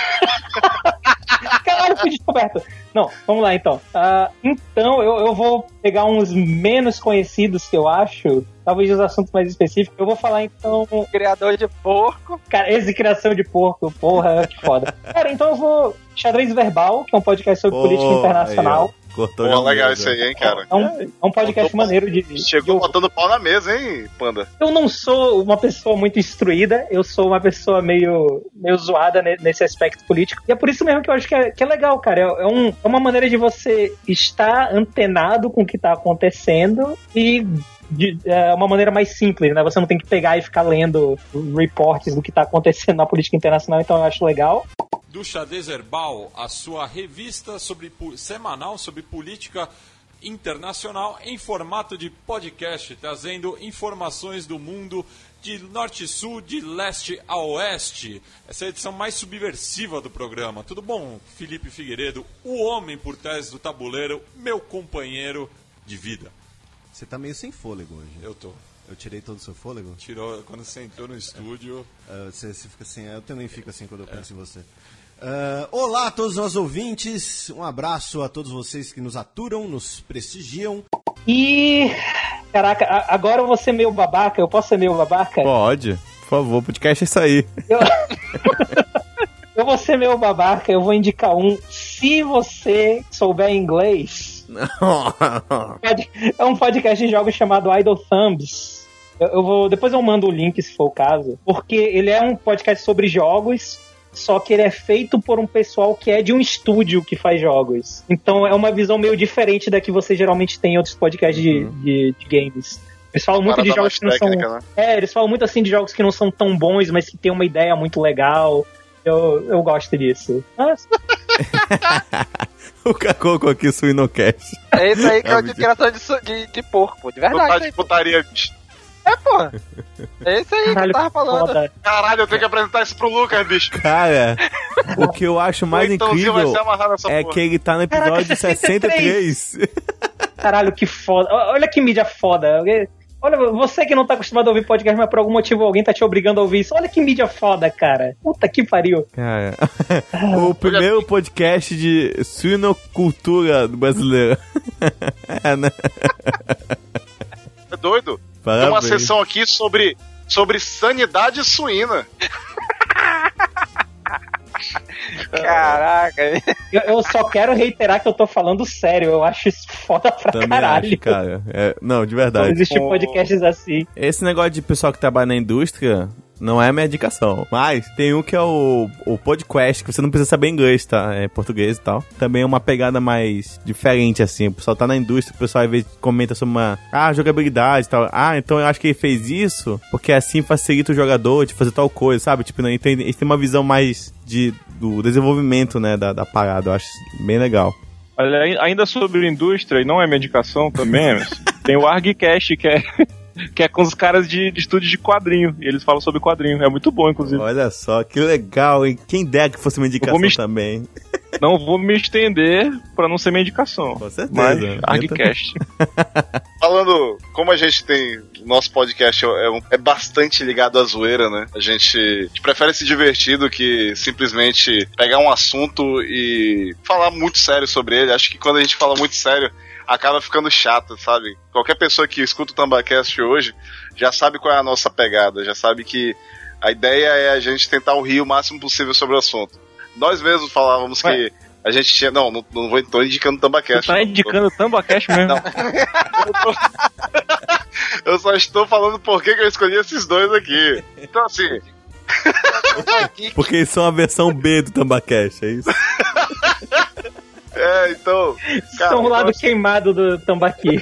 Caralho, fui descoberto. Não, vamos lá então. Uh, então, eu, eu vou pegar uns menos conhecidos que eu acho, talvez os assuntos mais específicos. Eu vou falar então. Criador de porco. Cara, esse criação de porco, porra, que foda. Cara, então eu vou. Xadrez Verbal, que é um podcast sobre Pô, política internacional. aí, Cortou Pô, de legal mesa. isso aí, hein, cara. É um, é um podcast Botou- maneiro de. Chegou de- botando pau na mesa, hein, Panda? Eu não sou uma pessoa muito instruída, eu sou uma pessoa meio, meio zoada ne- nesse aspecto político. E é por isso mesmo que eu acho que é, que é legal, cara. É, é um- é uma maneira de você estar antenado com o que tá acontecendo e de é, uma maneira mais simples, né? Você não tem que pegar e ficar lendo reportes do que tá acontecendo na política internacional, então eu acho legal. Do Xadrez Herbal, a sua revista sobre, pu- semanal sobre política internacional em formato de podcast, trazendo informações do mundo de norte e sul, de leste a oeste. Essa é a edição mais subversiva do programa. Tudo bom, Felipe Figueiredo, o homem por trás do tabuleiro, meu companheiro de vida. Você tá meio sem fôlego hoje. Eu tô. Eu tirei todo o seu fôlego? Tirou quando você entrou no estúdio. Uh, você, você fica assim, eu também fico assim quando eu penso em você. Uh, olá a todos os nossos ouvintes, um abraço a todos vocês que nos aturam, nos prestigiam. E. Caraca, a- agora eu vou ser meio babaca, eu posso ser meio babaca? Pode, por favor, podcast é isso aí. Eu... eu vou ser meio babaca, eu vou indicar um. Se você souber inglês, pode- é um podcast de jogos chamado Idle Thumbs. Eu, eu vou, depois eu mando o link se for o caso, porque ele é um podcast sobre jogos, só que ele é feito por um pessoal que é de um estúdio que faz jogos. Então é uma visão meio diferente da que você geralmente tem em outros podcasts de, de, de games. Eles falam muito Parada de jogos mais que não são... técnica, né? É, eles falam muito assim de jogos que não são tão bons, mas que tem uma ideia muito legal. Eu, eu gosto disso. Nossa. O Cacoco aqui, Suinocast. É isso aí que é, É o de muito- criação de, su- de, de porco, pô, de verdade. Vontade isso aí, de putaria, bicho. É, porra. É isso aí Caralho, que eu tava falando. foda. Caralho, eu tenho que apresentar isso pro Lucas, bicho. Cara, o que eu acho mais Ou entãozinho vai incrível ser amarrado nessa é porra. que ele tá no episódio Caraca, sessenta e três. Caralho, que foda. Olha que mídia foda. Olha, você que não tá acostumado a ouvir podcast, mas por algum motivo alguém tá te obrigando a ouvir isso. Olha que mídia foda, cara. Puta que pariu. Cara, o primeiro podcast de suinocultura do brasileiro. É, né? É doido? Parabéns. Tem uma sessão aqui sobre, sobre sanidade suína. Caraca. Eu, eu só quero reiterar que eu tô falando sério. Eu acho isso foda pra Também caralho. acho, cara. É, não, de verdade. Existem podcasts assim. Esse negócio de pessoal que trabalha na indústria não é minha indicação. Mas tem um que é o, o podcast, que você não precisa saber inglês, tá? É português e tal. Também é uma pegada mais diferente, assim. O pessoal tá na indústria, o pessoal às vezes comenta sobre uma... Ah, jogabilidade e tal. Ah, então eu acho que ele fez isso porque assim facilita o jogador de fazer tal coisa, sabe? Tipo, né, então eles têm uma visão mais de, do desenvolvimento, né, da, da parada. Eu acho bem legal. Olha, ainda sobre indústria, e não é minha indicação também, mas tem o ArgCast, que é, que é com os caras de, de estúdio de quadrinho. E eles falam sobre quadrinho. É muito bom, inclusive. Olha só, que legal, hein? Quem dera que fosse uma indicação me- também. Não vou me estender pra não ser minha indicação. Com certeza. Mas ArgCast. Falando, como a gente tem. Nosso podcast é, um- é bastante ligado à zoeira, né? A gente, a gente prefere se divertir do que simplesmente pegar um assunto e falar muito sério sobre ele. Acho que quando a gente fala muito sério, acaba ficando chato, sabe? Qualquer pessoa que escuta o Tambacast hoje já sabe qual é a nossa pegada, já sabe que a ideia é a gente tentar rir o máximo possível sobre o assunto. Nós mesmos falávamos Ué. que a gente tinha. Não, não, não vou, tô indicando o Tambacast. Você tá indicando o Tambacast mesmo? Não. Eu só estou falando por que que eu escolhi esses dois aqui. Então, assim. Porque eles são a versão B do Tambacast, é isso? É, então. Cara, São o lado então, queimado do tambaqui.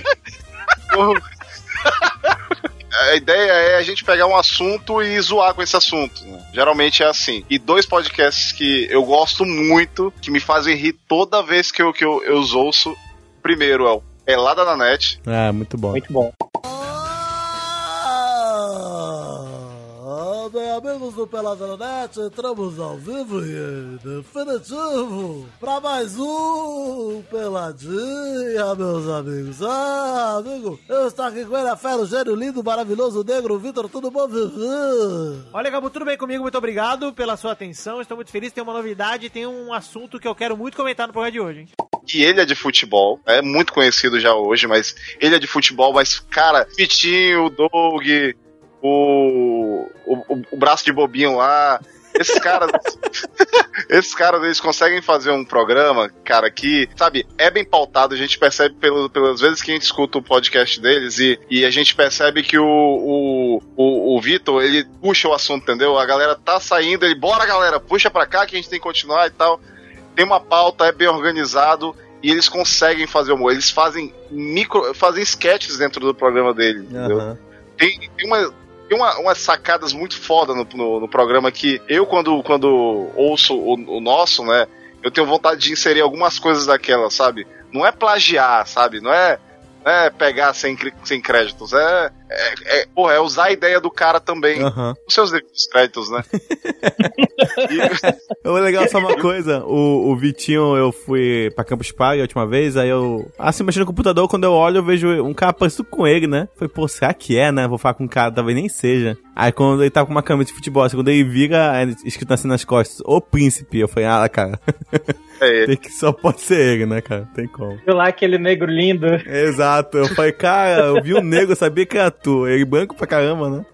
a ideia é a gente pegar um assunto e zoar com esse assunto, né? Geralmente é assim. E dois podcasts que eu gosto muito, que me fazem rir toda vez que eu, que eu, eu os ouço. Primeiro é o Pelada na Net. Ah, muito bom. Muito bom. Oh, meu amigos do Peladranet, entramos ao vivo e definitivo pra mais um Peladinha, meus amigos. Ah, amigo, eu estou aqui com ele, a fera, o gênio lindo, maravilhoso, negro, Vitor, tudo bom, Vivi? Olha, Gabu, tudo bem comigo? Muito obrigado pela sua atenção, estou muito feliz, tem uma novidade, tem um assunto que eu quero muito comentar no programa de hoje, hein? E ele é de futebol, é muito conhecido já hoje, mas ele é de futebol, mas, cara, Vitinho, o Doug, o, o, o braço de bobinho lá, esses caras, esses caras, eles conseguem fazer um programa, cara, que, sabe, é bem pautado, a gente percebe pelo, pelas vezes que a gente escuta o podcast deles e, e a gente percebe que o, o, o, o Vitor, ele puxa o assunto, entendeu? A galera tá saindo, ele, bora galera, puxa pra cá que a gente tem que continuar e tal. Tem uma pauta, é bem organizado e eles conseguem fazer humor. Eles fazem micro, fazem sketches dentro do programa dele, entendeu? Uhum. Tem, tem, uma, tem uma, umas sacadas muito foda no, no, no programa que eu, quando, quando ouço o, o nosso, né, eu tenho vontade de inserir algumas coisas daquela, sabe? Não é plagiar, sabe? Não é, não é pegar sem, sem créditos, é, é, é, porra, é usar a ideia do cara também. Uhum. Os seus devidos créditos, né? É legal só uma coisa, o, o Vitinho, eu fui pra Campus Party a última vez, aí eu, assim, mexendo no computador, quando eu olho, eu vejo um cara parecido com ele, né? Falei, pô, será que é, né? Vou falar com um cara, talvez nem seja. Aí quando ele tava com uma câmera de futebol, assim, quando ele vira, é escrito assim nas costas, o príncipe, eu falei, ah, cara, é ele. Tem que, só pode ser ele, né, cara? Tem como. Viu lá aquele negro lindo. Exato, eu falei, cara, eu vi um negro, eu sabia que era tu, ele branco pra caramba, né?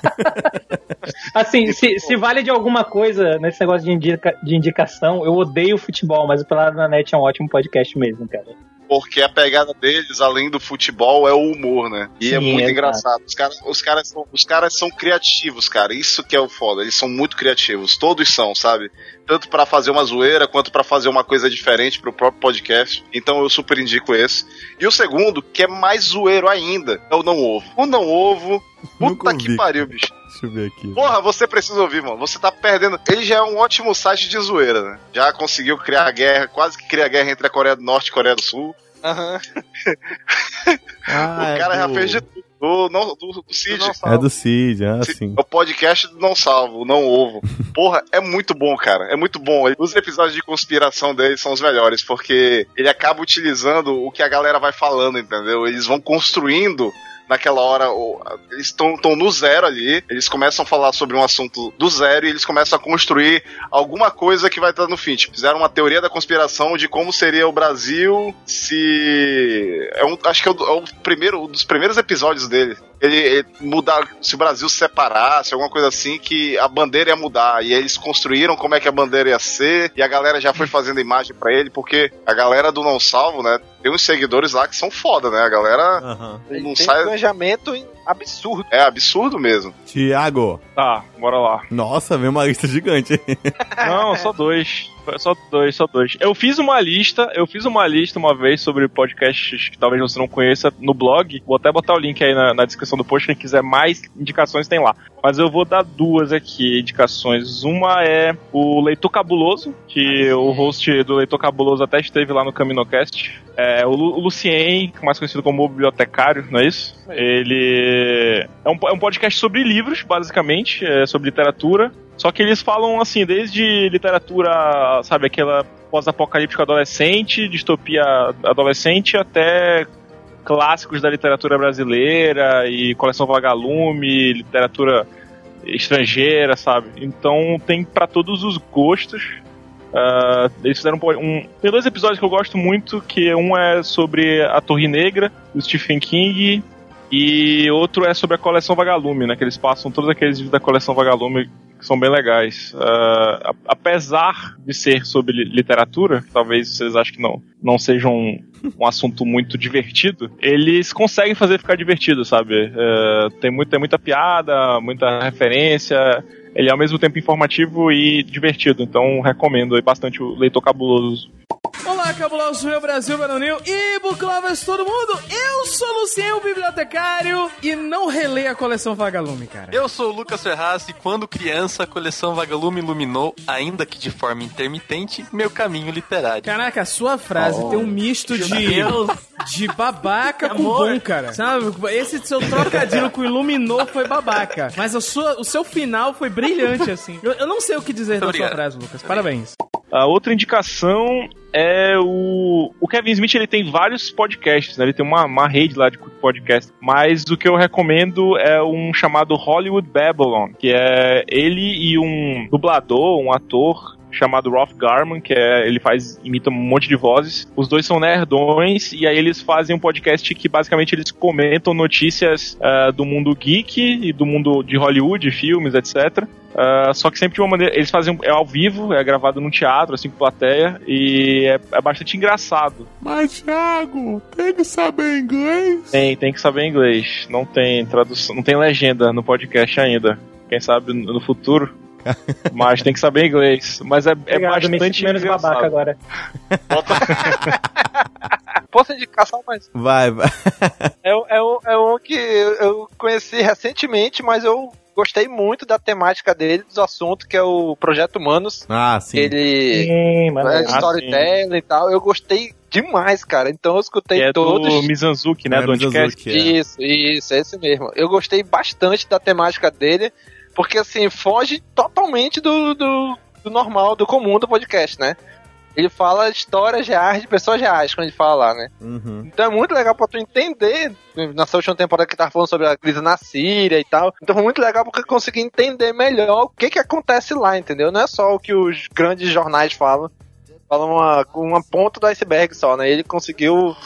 Assim, se, se vale de alguma coisa nesse negócio de, indica, de indicação, eu odeio futebol, mas o Pelado na Net é um ótimo podcast mesmo, cara. Porque a pegada deles, além do futebol, é o humor, né? E Sim, é muito é engraçado. Os caras, os, caras são, os caras são criativos, cara. Isso que é o foda. Eles são muito criativos. Todos são, sabe? Tanto pra fazer uma zoeira, quanto pra fazer uma coisa diferente pro próprio podcast. Então eu super indico esse. E o segundo, que é mais zoeiro ainda, é o Não Ovo. O Não Ovo, puta que pariu, bicho. Deixa eu ver aqui. Porra, você precisa ouvir, mano. Você tá perdendo. Ele já é um ótimo site de zoeira, né? Já conseguiu criar a guerra, quase que criar a guerra entre a Coreia do Norte e a Coreia do Sul. Aham. Uhum. Ah, o cara é do... já fez de tudo. Do, do, do, do Cid. Do é do Cid, ah, sim. É o podcast do Não Salvo, Não Ovo. Porra, é muito bom, cara. É muito bom. Os episódios de conspiração dele são os melhores, porque ele acaba utilizando o que a galera vai falando, entendeu? Eles vão construindo naquela hora, eles estão no zero ali, eles começam a falar sobre um assunto do zero e eles começam a construir alguma coisa que vai estar no fim. Tipo, fizeram uma teoria da conspiração de como seria o Brasil se... É um, acho que é, o, é o primeiro, um dos primeiros episódios dele. Ele, ele mudar, se o Brasil se separasse, alguma coisa assim, que a bandeira ia mudar. E eles construíram como é que a bandeira ia ser, e a galera já foi fazendo imagem pra ele, porque a galera do Não Salvo, né, tem uns seguidores lá que são foda, né? A galera uhum. não tem sai... um planejamento absurdo. É absurdo mesmo. Tiago. Tá, bora lá. Nossa, veio uma lista gigante. Não, só dois. Só dois, só dois. Eu fiz uma lista, eu fiz uma lista uma vez sobre podcasts que talvez você não conheça no blog. Vou até botar o link aí na, na descrição do post, quem quiser mais indicações tem lá. Mas eu vou dar duas aqui, indicações. Uma é o Leitor Cabuloso, que o host do Leitor Cabuloso até esteve lá no Caminocast. É o, Lu, o Lucien, mais conhecido como bibliotecário, não é isso? Ele é um, é um podcast sobre livros, basicamente, é sobre literatura. Só que eles falam, assim, desde literatura, sabe, aquela pós-apocalíptica adolescente, distopia adolescente, até clássicos da literatura brasileira e coleção Vagalume, literatura estrangeira, sabe? Então tem pra todos os gostos. Uh, eles fizeram um, um... Tem dois episódios que eu gosto muito, que um é sobre a Torre Negra, do Stephen King, e outro é sobre a coleção Vagalume, né? Que eles passam todos aqueles vídeos da coleção Vagalume que são bem legais. Uh, apesar de ser sobre literatura, talvez vocês achem que não, não seja um, um assunto muito divertido, eles conseguem fazer ficar divertido, sabe? Uh, tem, muito, tem muita piada, muita referência. Ele é ao mesmo tempo informativo e divertido, então recomendo aí bastante o Leitor Cabuloso. Olá, cabuloso meu Brasil, Baronil e Buclovers, todo mundo! Eu sou o Luciano, o bibliotecário, e não relei a coleção Vagalume, cara. Eu sou o Lucas Ferraz e quando criança a coleção Vagalume iluminou, ainda que de forma intermitente, meu caminho literário. Caraca, a sua frase oh, tem um misto de, de babaca com bom, cara. Sabe? Esse seu trocadilho com iluminou foi babaca, mas a sua, o seu final foi brilhante, assim. Eu, eu não sei o que dizer da sua frase, Lucas. Parabéns. A outra indicação é o... O Kevin Smith, ele tem vários podcasts, né? Ele tem uma, uma rede lá de podcast. Mas o que eu recomendo é um chamado Hollywood Babylon, que é ele e um dublador, um ator chamado Rolf Garman, que é, ele faz, imita um monte de vozes. Os dois são nerdões, e aí eles fazem um podcast que basicamente eles comentam notícias uh, do mundo geek e do mundo de Hollywood, filmes, etcétera. Uh, só que sempre de uma maneira, eles fazem, é ao vivo, é gravado num teatro, assim, com plateia, e é, é bastante engraçado. Mas, Thiago, tem que saber inglês? Tem, tem que saber inglês. Não tem tradução, não tem legenda no podcast ainda. Quem sabe no futuro. Mas tem que saber inglês. Mas é, é bastante menos babaca agora. Posso indicar só mais? Vai, vai. É, é, é um que eu conheci recentemente, mas eu gostei muito da temática dele, dos assuntos, que é o Projeto Humanos. Ah, sim. Ele sim, mano. é storytelling ah, e tal. Eu gostei demais, cara. Então eu escutei é todos. Do Mizanzuki, né? É do Anticast. É. Isso, isso, é esse mesmo. Eu gostei bastante da temática dele, porque assim, foge totalmente do, do, do normal, do comum do podcast, né? Ele fala histórias reais de pessoas reais, quando ele fala lá, né? Uhum. Então é muito legal pra tu entender, nessa última temporada que tava falando sobre a crise na Síria e tal. Então foi muito legal porque eu consegui entender melhor o que que acontece lá, entendeu? Não é só o que os grandes jornais falam. Falam uma, uma ponta do iceberg só, né? Ele conseguiu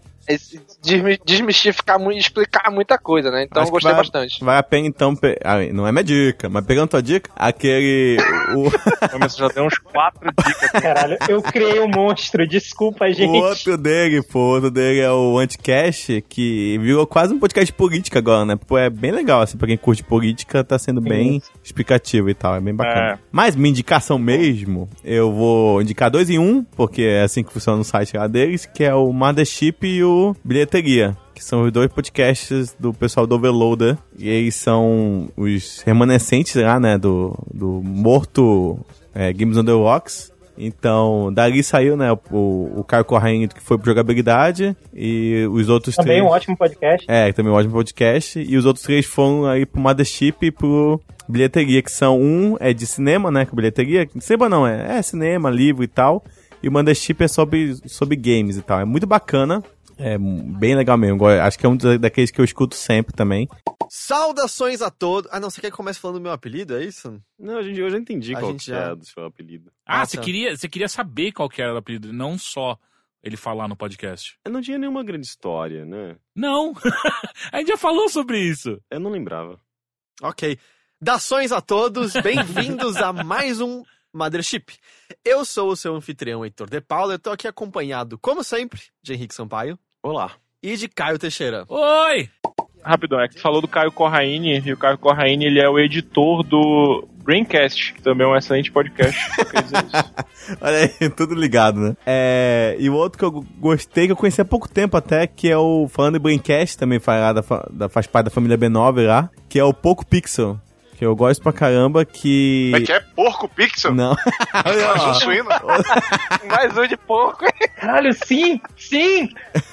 desmistificar muito, explicar muita coisa, né? Então eu gostei vai, bastante. Vai a pena então, pe... ah, não é minha dica, mas pegando tua dica, aquele... O... Você já deu uns quatro dicas. Caralho, eu criei um monstro, desculpa, gente. O outro dele, pô, o outro dele é o Anticast, que virou quase um podcast de política agora, né? Pô, é bem legal, assim, pra quem curte política, tá sendo bem Sim. explicativo e tal, é bem bacana. É. Mas minha indicação mesmo, eu vou indicar dois em um, porque é assim que funciona no site lá deles, que é o Mothership e o Bilheteria, que são os dois podcasts do pessoal do Overloader, e eles são os remanescentes lá, né, do, do morto é, Games on the Rocks. Então, dali saiu, né, o, o Caio Corraine, que foi pro Jogabilidade, e os outros também três... Também um ótimo podcast. É, também um ótimo podcast, e os outros três foram aí pro Mothership e pro Bilheteria, que são um é de cinema, né, com Bilheteria, cinema não, é, é cinema, livro e tal, e o Mothership é sobre, sobre games e tal, é muito bacana. É bem legal mesmo. Acho que é um daqueles que eu escuto sempre também. Saudações a todos. Ah, não, você quer que eu comece falando do meu apelido, é isso? Não, gente, eu já entendi a qual gente que já... é do seu apelido. Ah, você queria, você queria saber qual que era o apelido, não só ele falar no podcast. Eu não tinha nenhuma grande história, né? Não. A gente já falou sobre isso. Eu não lembrava. Ok. Dações a todos, bem-vindos a mais um Mothership. Eu sou o seu anfitrião, Heitor de Paula. Eu tô aqui acompanhado, como sempre, de Henrique Sampaio. Olá. E de Caio Teixeira. Oi! Rapidão, é que tu falou do Caio Corraine, e o Caio Corraine, ele é o editor do Braincast, que também é um excelente podcast. Olha aí, tudo ligado, né? É, e o outro que eu gostei, que eu conheci há pouco tempo até, que é o, falando de Braincast, também faz, da, da, faz parte da família B nove lá, que é o Poco Pixel. Que eu gosto pra caramba, que... Como é que é? Porco Pixel? Não. Mais um suíno? Mais um de porco. Caralho, sim! Sim!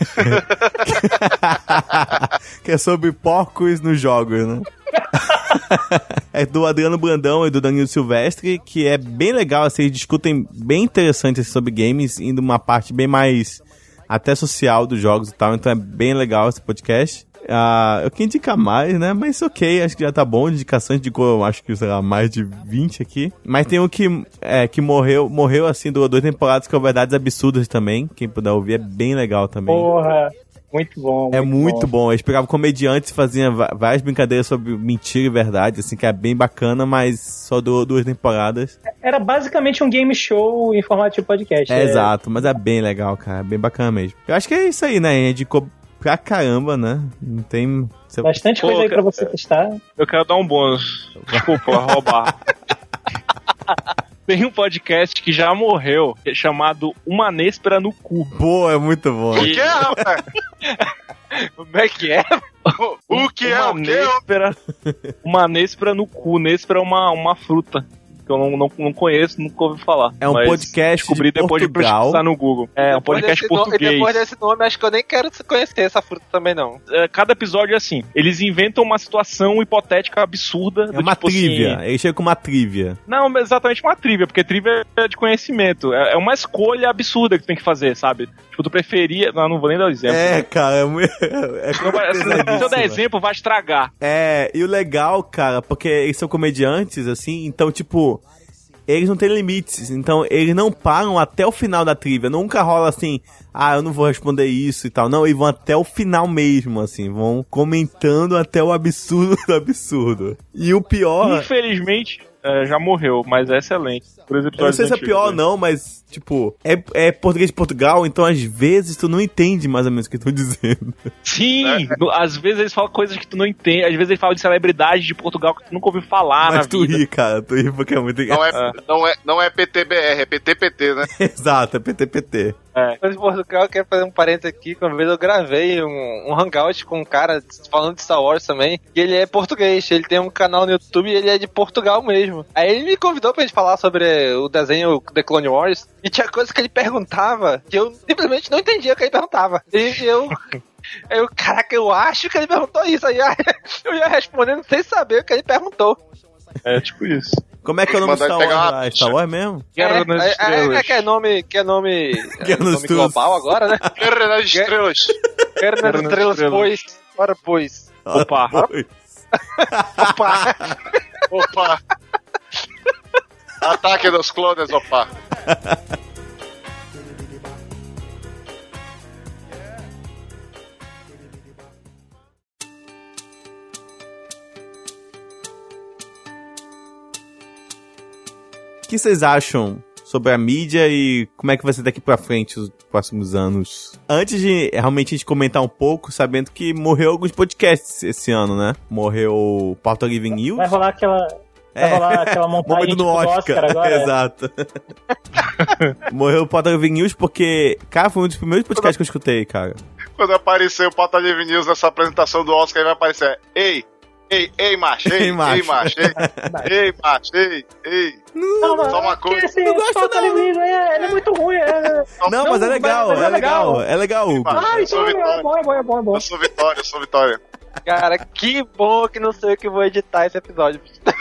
Que é sobre porcos nos jogos, né? É do Adriano Brandão e do Danilo Silvestre, que é bem legal, assim, eles discutem bem interessante sobre games, indo uma parte bem mais até social dos jogos e tal, então é bem legal esse podcast. Ah, eu queria indicar mais, né? Mas ok, acho que já tá bom. Indicações de cor, acho que, sei lá, mais de vinte aqui. Mas tem um que, é, que morreu, morreu assim, durou duas temporadas, que é o Verdades Absurdas também. Quem puder ouvir, é bem legal também. Porra, muito bom. É muito, muito bom. bom. Eles pegavam comediantes e faziam várias brincadeiras sobre mentira e verdade, assim, que é bem bacana, mas só durou duas temporadas. Era basicamente um game show em formato de podcast. É, é... Exato, mas é bem legal, cara. É bem bacana mesmo. Eu acho que é isso aí, né? A gente indicou pra caramba, né? Não tem... Bastante coisa Pô, aí pra você testar. Eu quero dar um bônus. Desculpa, roubar. Tem um podcast que já morreu, que é chamado Uma Néspera no Cu. Boa, é muito bom. O que é, rapaz? Como é que é? O que é? O que é? Néspera, uma néspera no cu. Néspera é uma, uma fruta que eu não, não, não conheço, nunca ouvi falar. É um mas podcast descobri de depois Portugal. de pesquisar no Google. É, um Depois podcast desse nome- português. depois desse nome, acho que eu nem quero conhecer essa fruta também, não. É, cada episódio é assim. Eles inventam uma situação hipotética absurda. É do uma tipo trivia. assim- Ele chega com uma trivia. Não, exatamente uma trivia, porque trivia é de conhecimento. É é uma escolha absurda que tu tem que fazer, sabe? Tipo, tu preferia... Não, não vou nem dar o exemplo. É, cara, é muito. É Não vai- se se eu der exemplo, vai estragar. É, e o legal, cara, porque eles são comediantes, assim, então, tipo, eles não têm limites, então eles não param até o final da trivia, nunca rola assim, ah, eu não vou responder isso e tal, não, eles vão até o final mesmo, assim, vão comentando até o absurdo do absurdo. E o pior... Infelizmente, é, já morreu, mas é excelente. Por exemplo, Eu não sei se é pior ou não, mas, tipo, é, é português de Portugal, então às vezes tu não entende mais ou menos o que estão dizendo. Sim, no- às vezes eles falam coisas que tu não entende, às vezes eles falam de celebridade de Portugal que tu nunca ouviu falar Mas na tu vida. ri, cara, tu ri porque é muito Não engraçado. é, não, é, não é P T B R, é P T P T, né? Exato, é P T P T. É. Mas em Portugal, eu quero fazer um parênteses aqui, que uma vez eu gravei um, um hangout com um cara falando de Star Wars também, e ele é português, ele tem um canal no YouTube e ele é de Portugal mesmo. Aí ele me convidou pra gente falar sobre o desenho The Clone Wars, e tinha coisas que ele perguntava que eu simplesmente não entendia o que ele perguntava. E eu... Eu, caraca, eu acho que ele perguntou isso. Aí eu ia respondendo sem saber o que ele perguntou. É tipo isso. Como é que é o nome do Mandar Star ele pegar Wars? uma lá? Star Wars mesmo? Guerra nas é, é, Estrelas. é, que é nome, que é nome, é Guerra nas nome Estrelas. global agora, né? Guerra nas Estrelas. Guerra nas Estrelas, pois. Ora, pois. Opa. Opa. Opa. Ataque dos clones, opa. O que vocês acham sobre a mídia e como é que vai ser daqui pra frente os próximos anos? Antes de realmente a gente comentar um pouco, sabendo que morreu alguns podcasts esse ano, né? Morreu o Porto Living News. Vai rolar aquela. Vai É. rolar aquela montagem Momento tipo, no do Oscar, Oscar agora. é. exato. Morreu o Porto Living News porque, cara, foi um dos primeiros podcasts que eu escutei, cara. Quando aparecer o Pauta Livre News nessa apresentação do Oscar, aí vai aparecer: Ei, ei, ei, macho, ei, Ei, ei, macho. macho, ei, ei, macho, ei, ei. Não, mas Só uma porque coisa. esse Pauta Livre News aí é, ele é muito ruim. É... Não, mas é legal, mas é legal, é legal, Hugo. Ah, então é bom, é bom, é bom, é bom. Eu sou Vitória, eu sou Vitória. Cara, que bom que não sei o que vou editar esse episódio.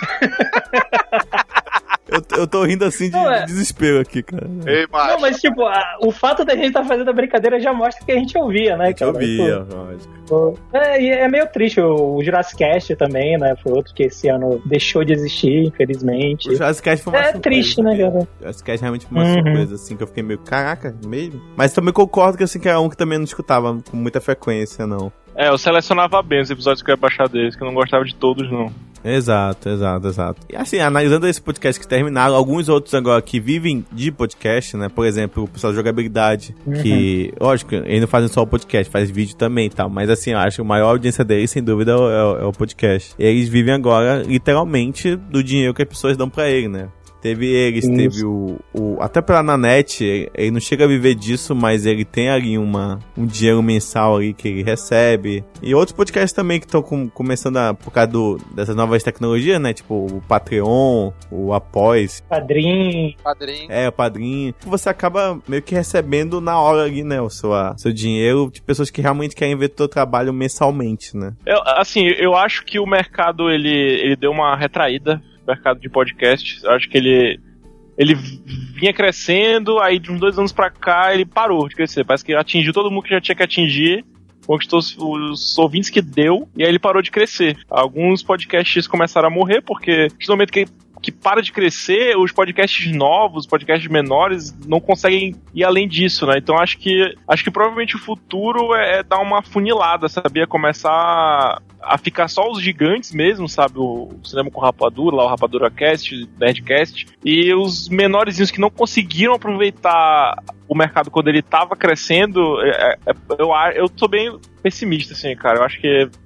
Eu, eu tô rindo assim de, Não, é. de desespero aqui, cara. Ei, macho. Não, mas tipo, a- o fato da gente estar fazendo a brincadeira já mostra que a gente ouvia, né, Eu cara? vi, Tipo, lógico. É, e é meio triste. O, o Jurassic Cast também, né? Foi outro que esse ano deixou de existir, infelizmente. O Jurassic Cast foi uma É surpresa, triste, né, cara? O Jurassic Cast realmente foi uma Uhum. surpresa, assim, que eu fiquei meio, caraca, mesmo? Mas também concordo que, assim, que é um que também não escutava com muita frequência, não. É, eu selecionava bem os episódios que eu ia baixar deles, que eu não gostava de todos, não. Exato, exato, exato. E assim, analisando esse podcast que terminaram, alguns outros agora que vivem de podcast, né? Por exemplo, o pessoal de jogabilidade, Uhum. que, lógico, eles não fazem só o podcast, faz vídeo também e tal. Mas assim, eu acho que a maior audiência deles, sem dúvida, é o, é o podcast. Eles vivem agora, literalmente, do dinheiro que as pessoas dão pra ele, né? Teve eles, Isso. teve o, o... Até pela Nanete, ele não chega a viver disso, mas ele tem ali uma, um dinheiro mensal ali que ele recebe. E outros podcasts também que estão com, começando a... Por causa do, dessas novas tecnologias, né? Tipo o Patreon, o Após. Padrinho. Padrinho. É, o Padrinho. Você acaba meio que recebendo na hora ali, né? O seu, a- seu dinheiro de pessoas que realmente querem ver o teu trabalho mensalmente, né? Eu, assim, eu acho que o mercado, ele, ele deu uma retraída, o mercado de podcast. Eu acho que ele, ele vinha crescendo, aí de uns dois anos pra cá ele parou de crescer. Parece que atingiu todo mundo que já tinha que atingir, conquistou os, os ouvintes que deu, e aí ele parou de crescer. Alguns podcasts começaram a morrer, porque no momento que que para de crescer, os podcasts novos, os podcasts menores, não conseguem ir além disso, né? Então acho que acho que provavelmente o futuro é, é dar uma funilada, sabia? Começar a ficar só os gigantes mesmo, sabe? O Cinema com Rapadura, lá o Rapadura Cast, Nerdcast, e os menorzinhos que não conseguiram aproveitar o mercado quando ele tava crescendo, é, é, eu, eu tô bem pessimista, assim, cara. Eu acho que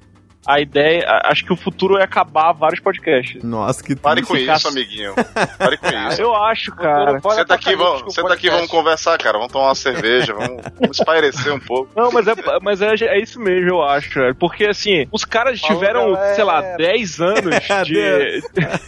a ideia, acho que o futuro é acabar vários podcames. Nossa, que Pare com isso, amiguinho. Pare com isso. Eu acho, cara. Senta aqui, vamos, senta aqui, vamos conversar, cara. Vamos tomar uma cerveja, vamos, vamos espairecer um pouco. Não, mas é, mas é, é isso mesmo, eu acho. Porque, assim, os caras tiveram, Falou, sei lá, dez anos de...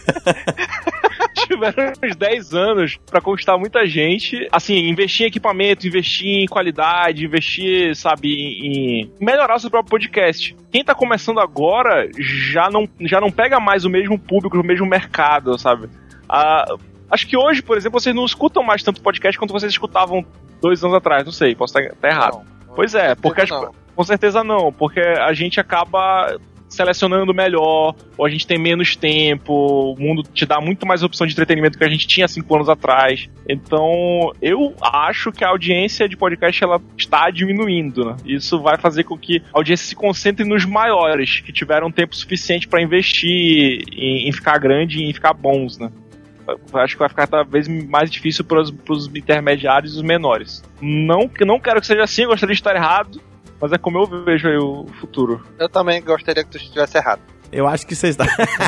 tiveram uns dez anos pra conquistar muita gente. Assim, investir em equipamento, investir em qualidade, investir, sabe, em melhorar o seu próprio podcast. Quem tá começando agora já não, já não pega mais o mesmo público, o mesmo mercado, sabe? Ah, acho que hoje, por exemplo, vocês não escutam mais tanto podcast quanto vocês escutavam dois anos atrás. Não sei, posso estar, estar errado. Não, não, pois é, porque acho, com certeza não, porque a gente acaba selecionando melhor, ou a gente tem menos tempo, o mundo te dá muito mais opção de entretenimento que a gente tinha cinco anos atrás. Então, eu acho que a audiência de podcast ela está diminuindo, né? Isso vai fazer com que a audiência se concentre nos maiores, que tiveram tempo suficiente para investir em, em ficar grande e em ficar bons, né? Acho que vai ficar talvez mais difícil para os intermediários e os menores. Não, não quero que seja assim, eu gostaria de estar errado, mas é como eu vejo aí o futuro. Eu também gostaria que tu estivesse errado. Eu acho que você está...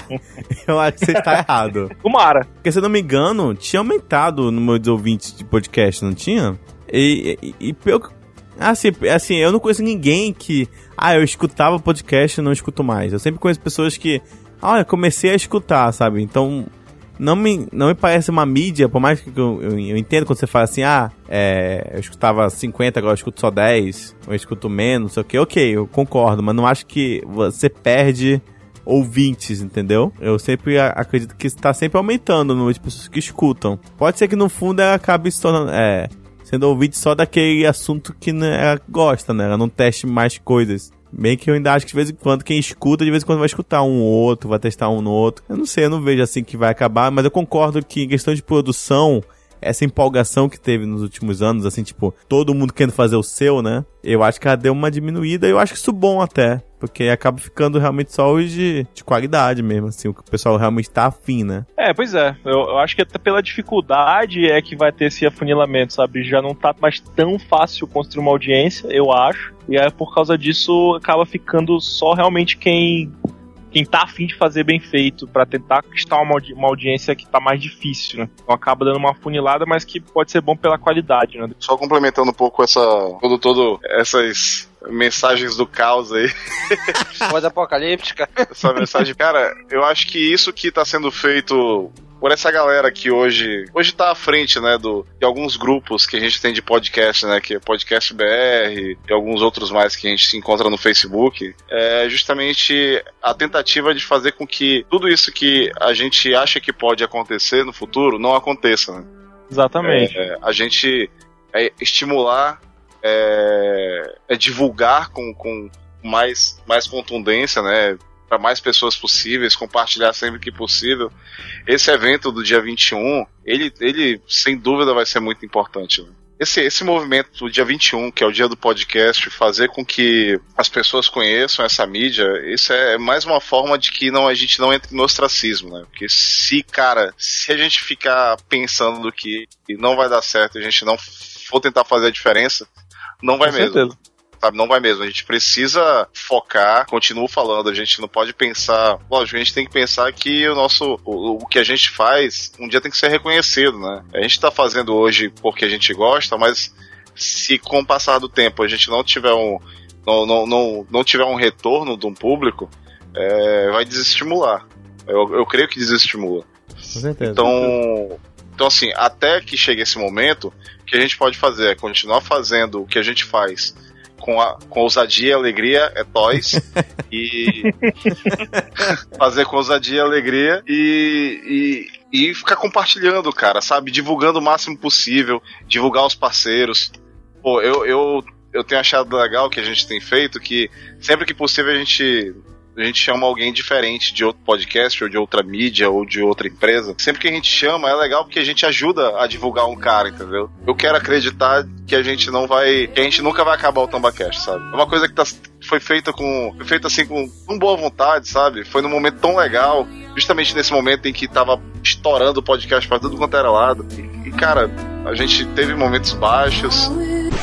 eu acho que você está errado. Tomara. Porque, se eu não me engano, tinha aumentado o número de ouvintes de podcast, não tinha? E, e, e pelo... Assim, assim, eu não conheço ninguém que... Ah, eu escutava podcast e não escuto mais. Eu sempre conheço pessoas que... Ah, eu comecei a escutar, sabe? Então... Não me, não me parece uma mídia, por mais que eu, eu, eu entendo quando você fala assim, ah, é, eu escutava cinquenta, agora eu escuto só dez, ou eu escuto menos, não sei o que, ok, eu concordo, mas não acho que você perde ouvintes, entendeu? Eu sempre acredito que está sempre aumentando o número de pessoas que escutam. Pode ser que no fundo ela acabe se tornando, é, sendo ouvinte só daquele assunto que ela gosta, né? Ela não teste mais coisas. Bem que eu ainda acho que de vez em quando quem escuta, de vez em quando vai escutar um ou outro, vai testar um no outro. Eu não sei, eu não vejo assim que vai acabar, mas eu concordo que em questão de produção, essa empolgação que teve nos últimos anos, assim, tipo, todo mundo querendo fazer o seu, né? Eu acho que ela deu uma diminuída e eu acho isso bom até, porque acaba ficando realmente só os de, de qualidade mesmo, assim, o que o pessoal realmente tá afim, né? É, pois é, eu, eu acho que até pela dificuldade é que vai ter esse afunilamento, sabe? Já não tá mais tão fácil construir uma audiência, eu acho, e aí por causa disso acaba ficando só realmente quem... quem tá afim de fazer bem feito pra tentar conquistar uma, audi- uma audiência que tá mais difícil, né? Então acaba dando uma funilada, mas que pode ser bom pela qualidade, né? Só complementando um pouco essa... Todo, todo essas mensagens do caos aí. Coisa apocalíptica. Essa mensagem... Cara, eu acho que isso que tá sendo feito... por essa galera que hoje hoje tá à frente, né, do, de alguns grupos que a gente tem de podcast, né, que é Podcast B R e alguns outros mais que a gente se encontra no Facebook, é justamente a tentativa de fazer com que tudo isso que a gente acha que pode acontecer no futuro não aconteça, né? Exatamente. É, a gente é estimular, é, é divulgar com, com mais, mais contundência, né, para mais pessoas possíveis, compartilhar sempre que possível. Esse evento do dia vinte e um, ele, ele sem dúvida vai ser muito importante, né? Esse, esse movimento do dia vinte e um, que é o dia do podcast, fazer com que as pessoas conheçam essa mídia, isso é mais uma forma de que não, a gente não entre no ostracismo, né? Porque se, cara, se a gente ficar pensando que não vai dar certo, a gente não for tentar fazer a diferença, não vai Com mesmo. certeza. Sabe, não vai mesmo, a gente precisa focar, continuo falando, a gente não pode pensar, lógico, a gente tem que pensar que o nosso, o, o que a gente faz, um dia tem que ser reconhecido, né? A gente tá fazendo hoje porque a gente gosta, mas se com o passar do tempo a gente não tiver um, não, não, não, não tiver um retorno de um público, é, vai desestimular. Eu, eu creio que desestimula. Com certeza. Então, então, assim, até que chegue esse momento, o que a gente pode fazer é continuar fazendo o que a gente faz com, a, com ousadia e alegria, é toys, e fazer com ousadia e alegria e, e, e ficar compartilhando, cara, sabe? Divulgando o máximo possível, divulgar os parceiros. Pô, eu, eu, eu tenho achado legal que a gente tem feito, que sempre que possível a gente... a gente chama alguém diferente de outro podcast, ou de outra mídia, ou de outra empresa. Sempre que a gente chama, é legal porque a gente ajuda a divulgar um cara, entendeu? Eu quero acreditar que a gente não vai... que a gente nunca vai acabar o Tambacast, sabe? É uma coisa que tá, foi feita com... foi feita assim com, com boa vontade, sabe? Foi num momento tão legal, justamente nesse momento em que tava estourando o podcast pra tudo quanto era lado. E, e cara, a gente teve momentos baixos...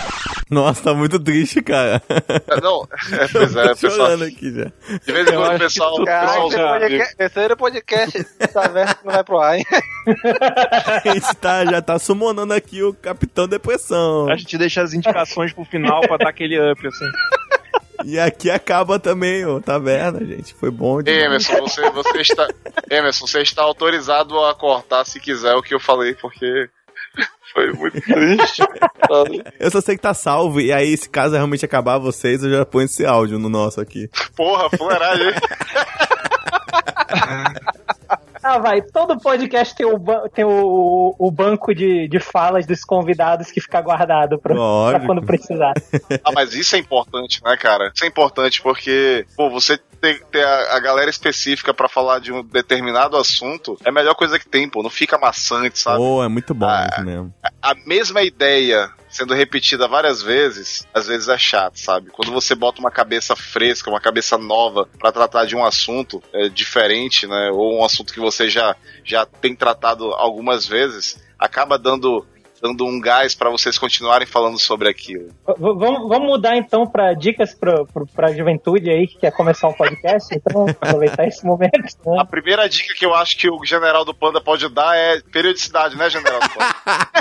Nossa, tá muito triste, cara. Não, é, pois é, Tô pessoal. chorando aqui já. De vez em quando o pessoal. o pessoal já- Esse era o podcast da verba que não vai pro ar, hein? A gente tá, já tá summonando aqui o Capitão Depressão. A gente deixa as indicações pro final pra dar aquele up, assim. E aqui acaba também, ó, taverna, gente. Foi bom demais. Emerson, você, você está. Emerson, você está autorizado a cortar se quiser o que eu falei, porque foi muito triste. Eu só sei que tá salvo, e aí, se caso realmente acabar vocês, eu já ponho esse áudio no nosso aqui. Porra, fuleiragem. Ah, vai, todo podcast tem o, ba- tem o, o banco de, de falas dos convidados que fica guardado pra, pra quando precisar. Ah, mas isso é importante, né, cara? Isso é importante porque, pô, você ter, ter a, a galera específica pra falar de um determinado assunto é a melhor coisa que tem, pô. Não fica maçante, sabe? Pô, é muito bom isso mesmo. A mesma ideia sendo repetida várias vezes, às vezes é chato, sabe? Quando você bota uma cabeça fresca, uma cabeça nova pra tratar de um assunto é, diferente, né? Ou um assunto que você já, já tem tratado algumas vezes, acaba dando, dando um gás pra vocês continuarem falando sobre aquilo. V- vamos, vamos mudar então pra dicas pra, pra, pra juventude aí que quer começar um podcast, então aproveitar esse momento. Né? A primeira dica que eu acho que o General do Panda pode dar é periodicidade, né, General do Panda?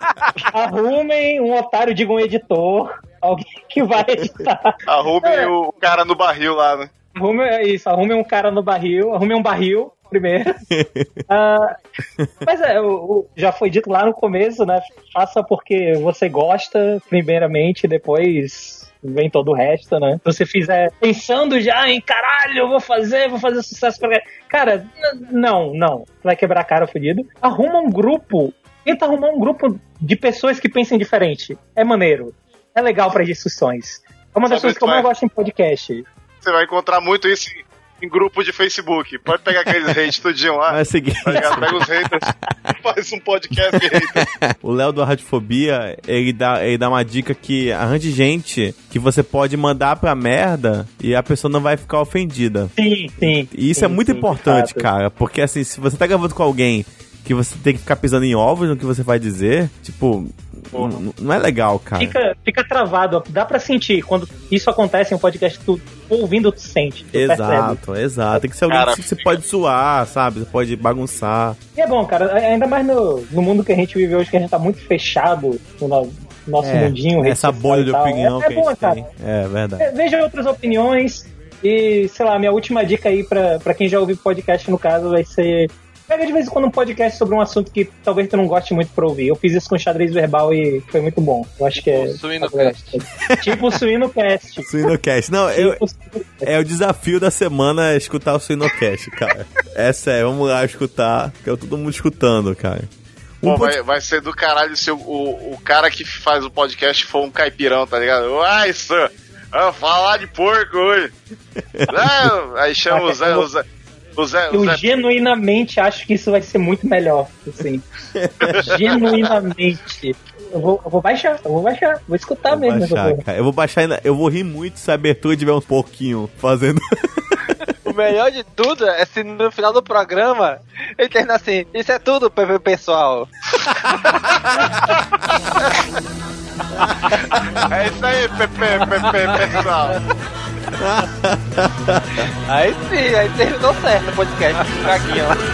Arrumem um otário, diga um editor, alguém que vai editar. Arrumem É. o cara no barril lá, né? Arrume, é isso, arrume um cara no barril, arrume um barril primeiro. Ah, mas é, o, o- já foi dito lá no começo, né? Faça porque você gosta, primeiramente, depois vem todo o resto, né? Se você fizer pensando já em caralho, eu vou fazer, vou fazer sucesso pra. Cara, n- não, não. Vai quebrar a cara fudido. Arruma um grupo, tenta arrumar um grupo de pessoas que pensem diferente. É maneiro. É legal pra discussões. É uma das Sabe coisas que eu vai- mais gosto em podcast. Você vai encontrar muito isso em, em grupo de Facebook. Pode pegar aqueles hate tudinho lá. É o seguinte. Tá ligado? Pega os haters, faz um podcast de haters. O Léo do Radiofobia, ele dá, ele dá uma dica que arranje gente que você pode mandar pra merda e a pessoa não vai ficar ofendida. Sim, sim. E isso sim, é muito sim, importante, de fato. cara, porque assim, se você tá gravando com alguém que você tem que ficar pisando em ovos no que você vai dizer, tipo, n- não é legal, cara. Fica, fica travado, dá pra sentir. Quando isso acontece em um podcast, tu ouvindo, tu sente. Tu percebe. Exato, exato. Tem que ser alguém Cara, que você pode zoar, sabe? Você pode bagunçar. E é bom, cara, ainda mais no, no mundo que a gente vive hoje, que a gente tá muito fechado no no nosso É, mundinho. rede essa social bolha e de tal. opinião é, é que bom, a gente cara. tem. É verdade. É, veja outras opiniões e, sei lá, minha última dica aí pra, pra quem já ouviu podcast, no caso, vai ser... Pega de vez em quando um podcast sobre um assunto que talvez tu não goste muito pra ouvir. Eu fiz isso com xadrez verbal e foi muito bom. Eu acho que é... Suinocast. Tipo o Suinocast. Suinocast. Não, eu, é o desafio da semana é escutar o Suinocast, cara. É sério, vamos lá escutar, que é todo mundo escutando, cara. Pô, vai, vai ser do caralho se o, o, o cara que faz o podcast for um caipirão, tá ligado? Ai, isso, ah, falar de porco hoje. Não, aí chama o Zé, o Zé, o Zé, o Eu Zé genuinamente acho que isso vai ser muito melhor, assim. Genuinamente. Eu vou, eu vou baixar, eu vou baixar, vou escutar Vou mesmo. essa baixar, porra. cara. Eu vou baixar ainda. Eu vou rir muito se a abertura tiver um pouquinho fazendo. O melhor de tudo é se no final do programa ele termina assim: isso é tudo, P V pessoal. É isso aí, Pepe, Pepe, pessoal. Aí sim, aí terminou certo o podcast. Fraquinho lá.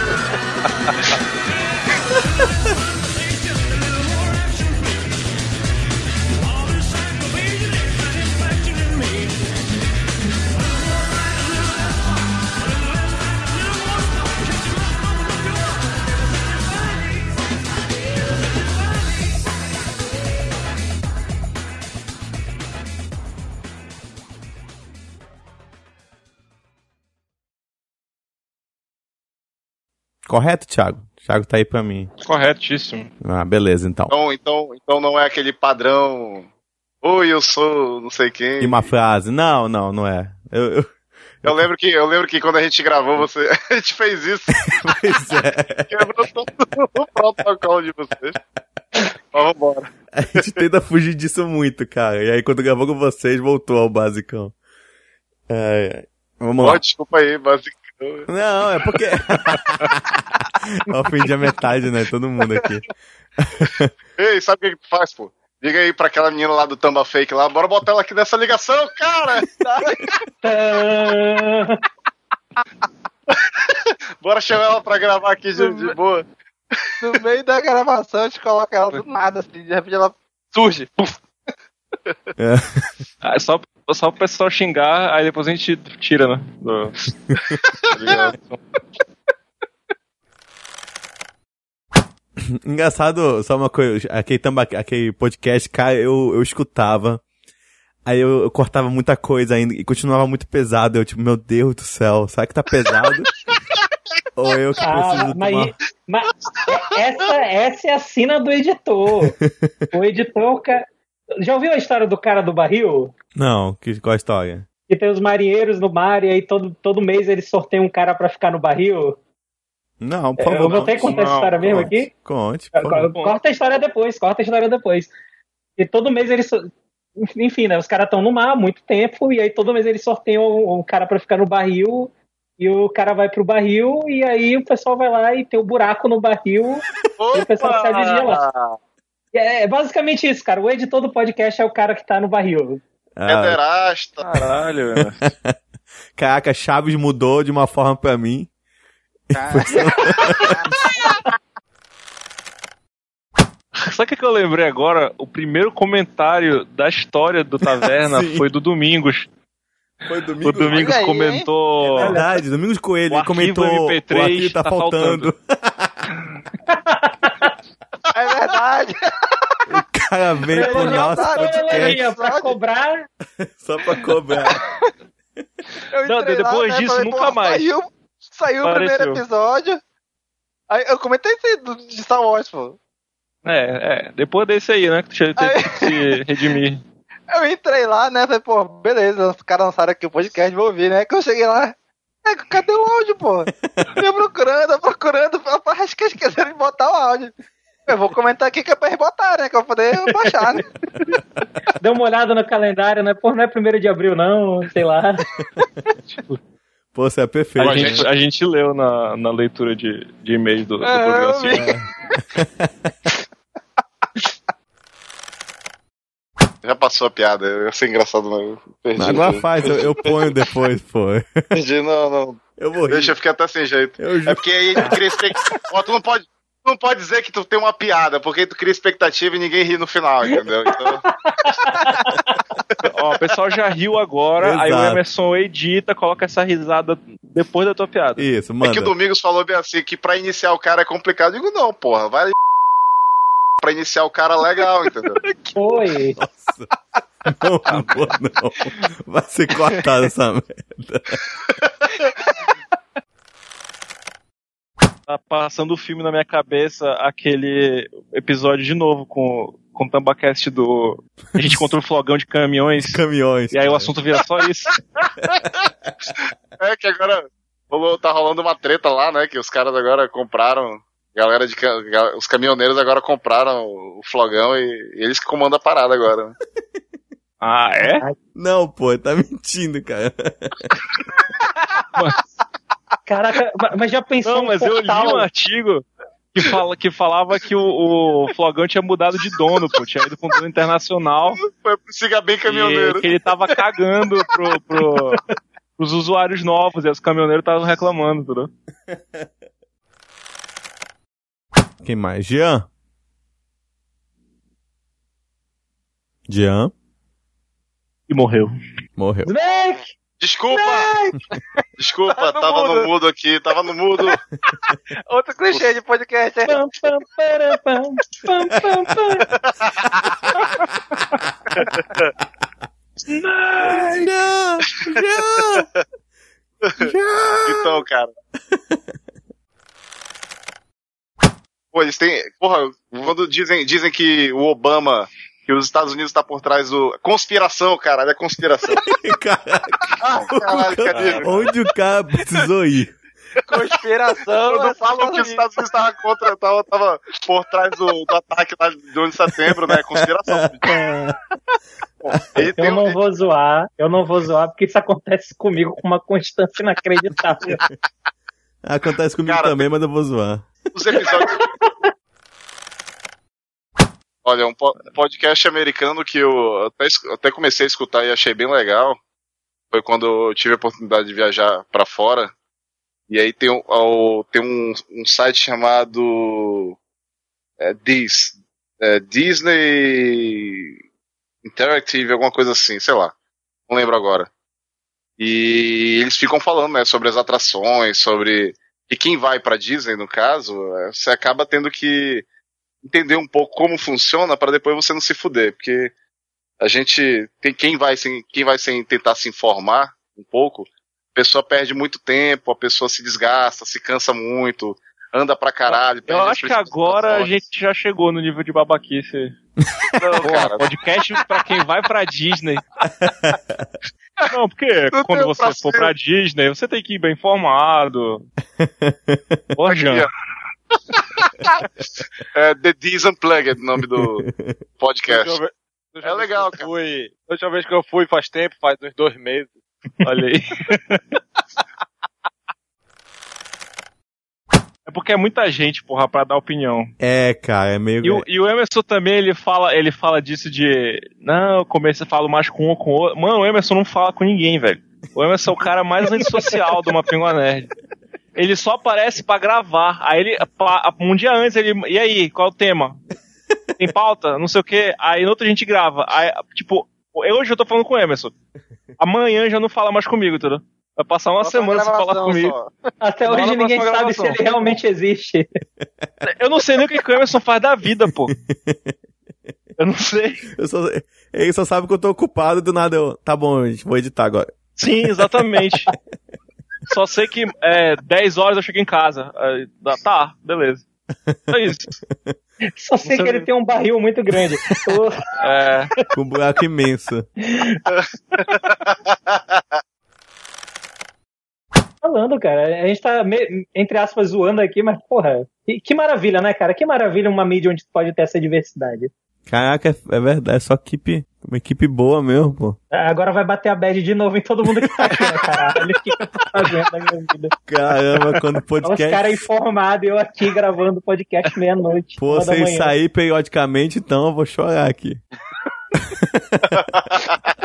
Correto, Thiago? Thiago tá aí pra mim. Corretíssimo. Ah, beleza, então. Então, então, então não é aquele padrão. Oi, eu sou não sei quem. E uma frase. Não, não, não é. Eu, eu... Eu lembro que, eu lembro que quando a gente gravou, você, a gente fez isso. Pois é. Quebrou todo o protocolo de vocês. Mas vambora. A gente tenta fugir disso muito, cara. E aí, quando gravou com vocês, voltou ao basicão. É, vamos lá. Ó, desculpa aí, basicão. Não, é porque... Ofendi a metade, né? Todo mundo aqui. Ei, sabe o que, que tu faz, pô? Liga aí pra aquela menina lá do Tamba Fake lá, bora botar ela aqui nessa ligação, cara! Bora chamar ela pra gravar aqui de, de boa. No meio da gravação, a gente coloca ela do nada, assim, de repente ela surge. É. Ah, só, só o pessoal xingar, aí depois a gente tira, né? Do... Engraçado, só uma coisa, aquele, tamba, aquele podcast, cara, eu, eu escutava, aí eu, eu cortava muita coisa ainda e continuava muito pesado. Eu, tipo, meu Deus do céu, será que tá pesado? Ou eu que preciso ah, mas, tomar... mas essa, essa é a sina do editor. O editor... Já ouviu a história do cara do barril? Não, que, qual a história? Que tem os marinheiros no mar e aí todo, todo mês eles sorteiam um cara pra ficar no barril. Não, por favor. Eu vou ter que contar essa história mesmo conte, aqui? Conte, por favor. Corta a história depois, corta a história depois. E todo mês eles... Enfim, né? Os caras estão no mar há muito tempo e aí todo mês eles sorteiam um, um cara pra ficar no barril e o cara vai pro barril e aí o pessoal vai lá e tem um buraco no barril e o pessoal sai de dia lá. É basicamente isso, cara. O editor do podcast é o cara que tá no barril. Pederasta. Ah, caralho, velho. Caraca, Chaves mudou de uma forma pra mim. Sabe o que, que eu lembrei agora? O primeiro comentário da história do Taverna foi do Domingos. Foi Domingos. O Domingos aí, comentou. É verdade, Domingos Coelho. O Ele comentou. M P três o arquivo tá, tá faltando. É verdade. O cara vem pro nosso podcast. Pra cobrar. Só pra cobrar. Eu Não, depois lá, né, disso, falei, nunca pô, mais. Saiu, saiu o Apareceu. primeiro episódio. Aí eu comentei isso aí do- de Star Wars, pô. É, é. Depois desse aí, né? Que teve que se redimir. Eu entrei lá, né? Falei, pô, beleza, os caras lançaram aqui o podcast, vou ouvir, né? Quando eu cheguei lá, é, cadê o áudio, pô? Eu procurando, eu procurando, acho que esqueceram de botar o áudio. Eu vou comentar aqui que é pra eles botarem, né? Que eu vou poder baixar, né? Deu uma olhada no calendário, né? Pô, não é primeiro de abril, não, sei lá. Pô, você é perfeito. A gente, a gente leu na, na leitura de, de e-mails do, do É, programa. eu assim, vi. né? Já passou a piada, eu ia ser engraçado, mas eu perdi. Agora faz, eu, eu ponho depois, pô. Perdi, não, não. Eu vou rir. Deixa, eu fiquei até sem jeito. Eu É porque aí tu cria expectativa. Ó, tu não pode. Tu não pode dizer que tu tem uma piada, porque tu cria expectativa e ninguém ri no final, entendeu? Então. Ó, o pessoal já riu agora, Exato. aí o Emerson edita, coloca essa risada depois da tua piada. Isso, É manda. que o Domingos falou bem assim, que pra iniciar o cara é complicado. Eu digo, não, porra, vai pra iniciar o cara legal, entendeu? Foi. Não, não vou, não. Vai ser cortado essa merda. Tá passando o filme na minha cabeça, aquele episódio de novo com, com o Tambacast do... A gente contra o flogão de caminhões. Caminhões. E aí o assunto vira só isso. É que agora rolou- tá rolando uma treta lá, né? Que os caras agora compraram. Galera de. ca- ga- Os caminhoneiros agora compraram o flogão e, e eles que comandam a parada agora. Né? Ah, é? Não, pô, tá mentindo, cara. Caraca, mas já pensou Não, um mas eu li portal? um artigo que, fala, que falava que o, o flogão tinha mudado de dono, pô. Tinha ido com dono internacional. Foi pro Siga Bem Caminhoneiro. E que ele tava cagando pro, pro, pros usuários novos. E os caminhoneiros estavam reclamando, entendeu? Quem mais? Jean? Jean? E morreu. Morreu. Snake! Desculpa! Desculpa, Tava no tava mudo. no mudo aqui, tava no mudo. Outro clichê de podcast, é. Pam, pam, para, pam, pam, pam, pam. Não! Então, cara. Pô, eles têm. Porra, quando dizem, dizem que o Obama, que os Estados Unidos tá por trás do. Conspiração, caralho, é conspiração. Ah, caralho, cadê? Onde o cara precisou ir? Conspiração. Quando falam que os Estados Unidos tava contra, tava, tava por trás do, do ataque lá de onze de setembro, né? Conspiração. Ele tem Eu um- não vou zoar, eu não vou zoar, porque isso acontece comigo com uma constância inacreditável. Acontece comigo Cara, também, mas eu vou zoar. os episódios. Olha, um po- podcast americano que eu até, es- até comecei a escutar e achei bem legal foi quando eu tive a oportunidade de viajar pra fora. E aí tem, um- ao- tem um, um site chamado é, Dis, é, Disney Interactive, alguma coisa assim, sei lá. Não lembro agora. E eles ficam falando, né, sobre as atrações, sobre... E quem vai pra Disney, no caso, é, você acaba tendo que entender um pouco como funciona para depois você não se fuder, porque a gente tem quem vai sem quem vai sem tentar se informar um pouco, a pessoa perde muito tempo, a pessoa se desgasta, se cansa muito, anda pra caralho. Eu perde as acho que agora a gente já chegou no nível de babaquice. Não, cara. Podcast pra quem vai pra Disney. Não, porque Não quando tem você pra for ser. pra Disney, você tem que ir bem informado. Ô, Jean. É The Dis Unplugged, o nome do podcast. Deixa eu ver- deixa eu É ver legal, se eu fui. A última vez que eu fui faz tempo, faz uns dois meses. Olha aí. É porque é muita gente, porra, pra dar opinião. É, cara, é meio... E o, e o Emerson também, ele fala, ele fala disso de... Não, eu comecei a falar mais com um ou com outro. Mano, o Emerson não fala com ninguém, velho. O Emerson é o cara mais antissocial do Mapingua Nerd. Ele só aparece pra gravar. Aí ele, pa- um dia antes, ele... E aí, qual é o tema? Tem pauta? Não sei o quê. Aí no outro a gente grava. Aí, tipo, eu hoje eu tô falando com o Emerson. Amanhã já não fala mais comigo, entendeu? Vai passar uma Só semana pra sem falar gravação comigo. só. Até Só hoje na ninguém próxima sabe se gravação. ele realmente existe. Eu não sei nem o que, que o Emerson faz da vida, pô. Eu não sei. Eu só, ele só sabe que eu tô ocupado e do nada eu... Tá bom, gente, vou editar agora. Sim, exatamente. Só sei que é dez horas eu chego em casa. Aí, dá- tá, beleza. É isso. Só sei Você- que ele tem um barril muito grande. O- É. Com um buraco imenso. Falando, cara, a gente tá, me- entre aspas, zoando aqui, mas, porra, que, que maravilha, né, cara? Que maravilha uma mídia onde pode ter essa diversidade. Caraca, é, é verdade, é só equipe, uma equipe boa mesmo, pô. Agora vai bater a bad de novo em todo mundo que tá aqui, né, caralho? O que eu tô fazendo na minha vida? Caramba, quando o Olha podcast... os caras informados e eu aqui gravando podcast meia-noite. Pô, uma da sem manhã. sair periodicamente, então eu vou chorar aqui.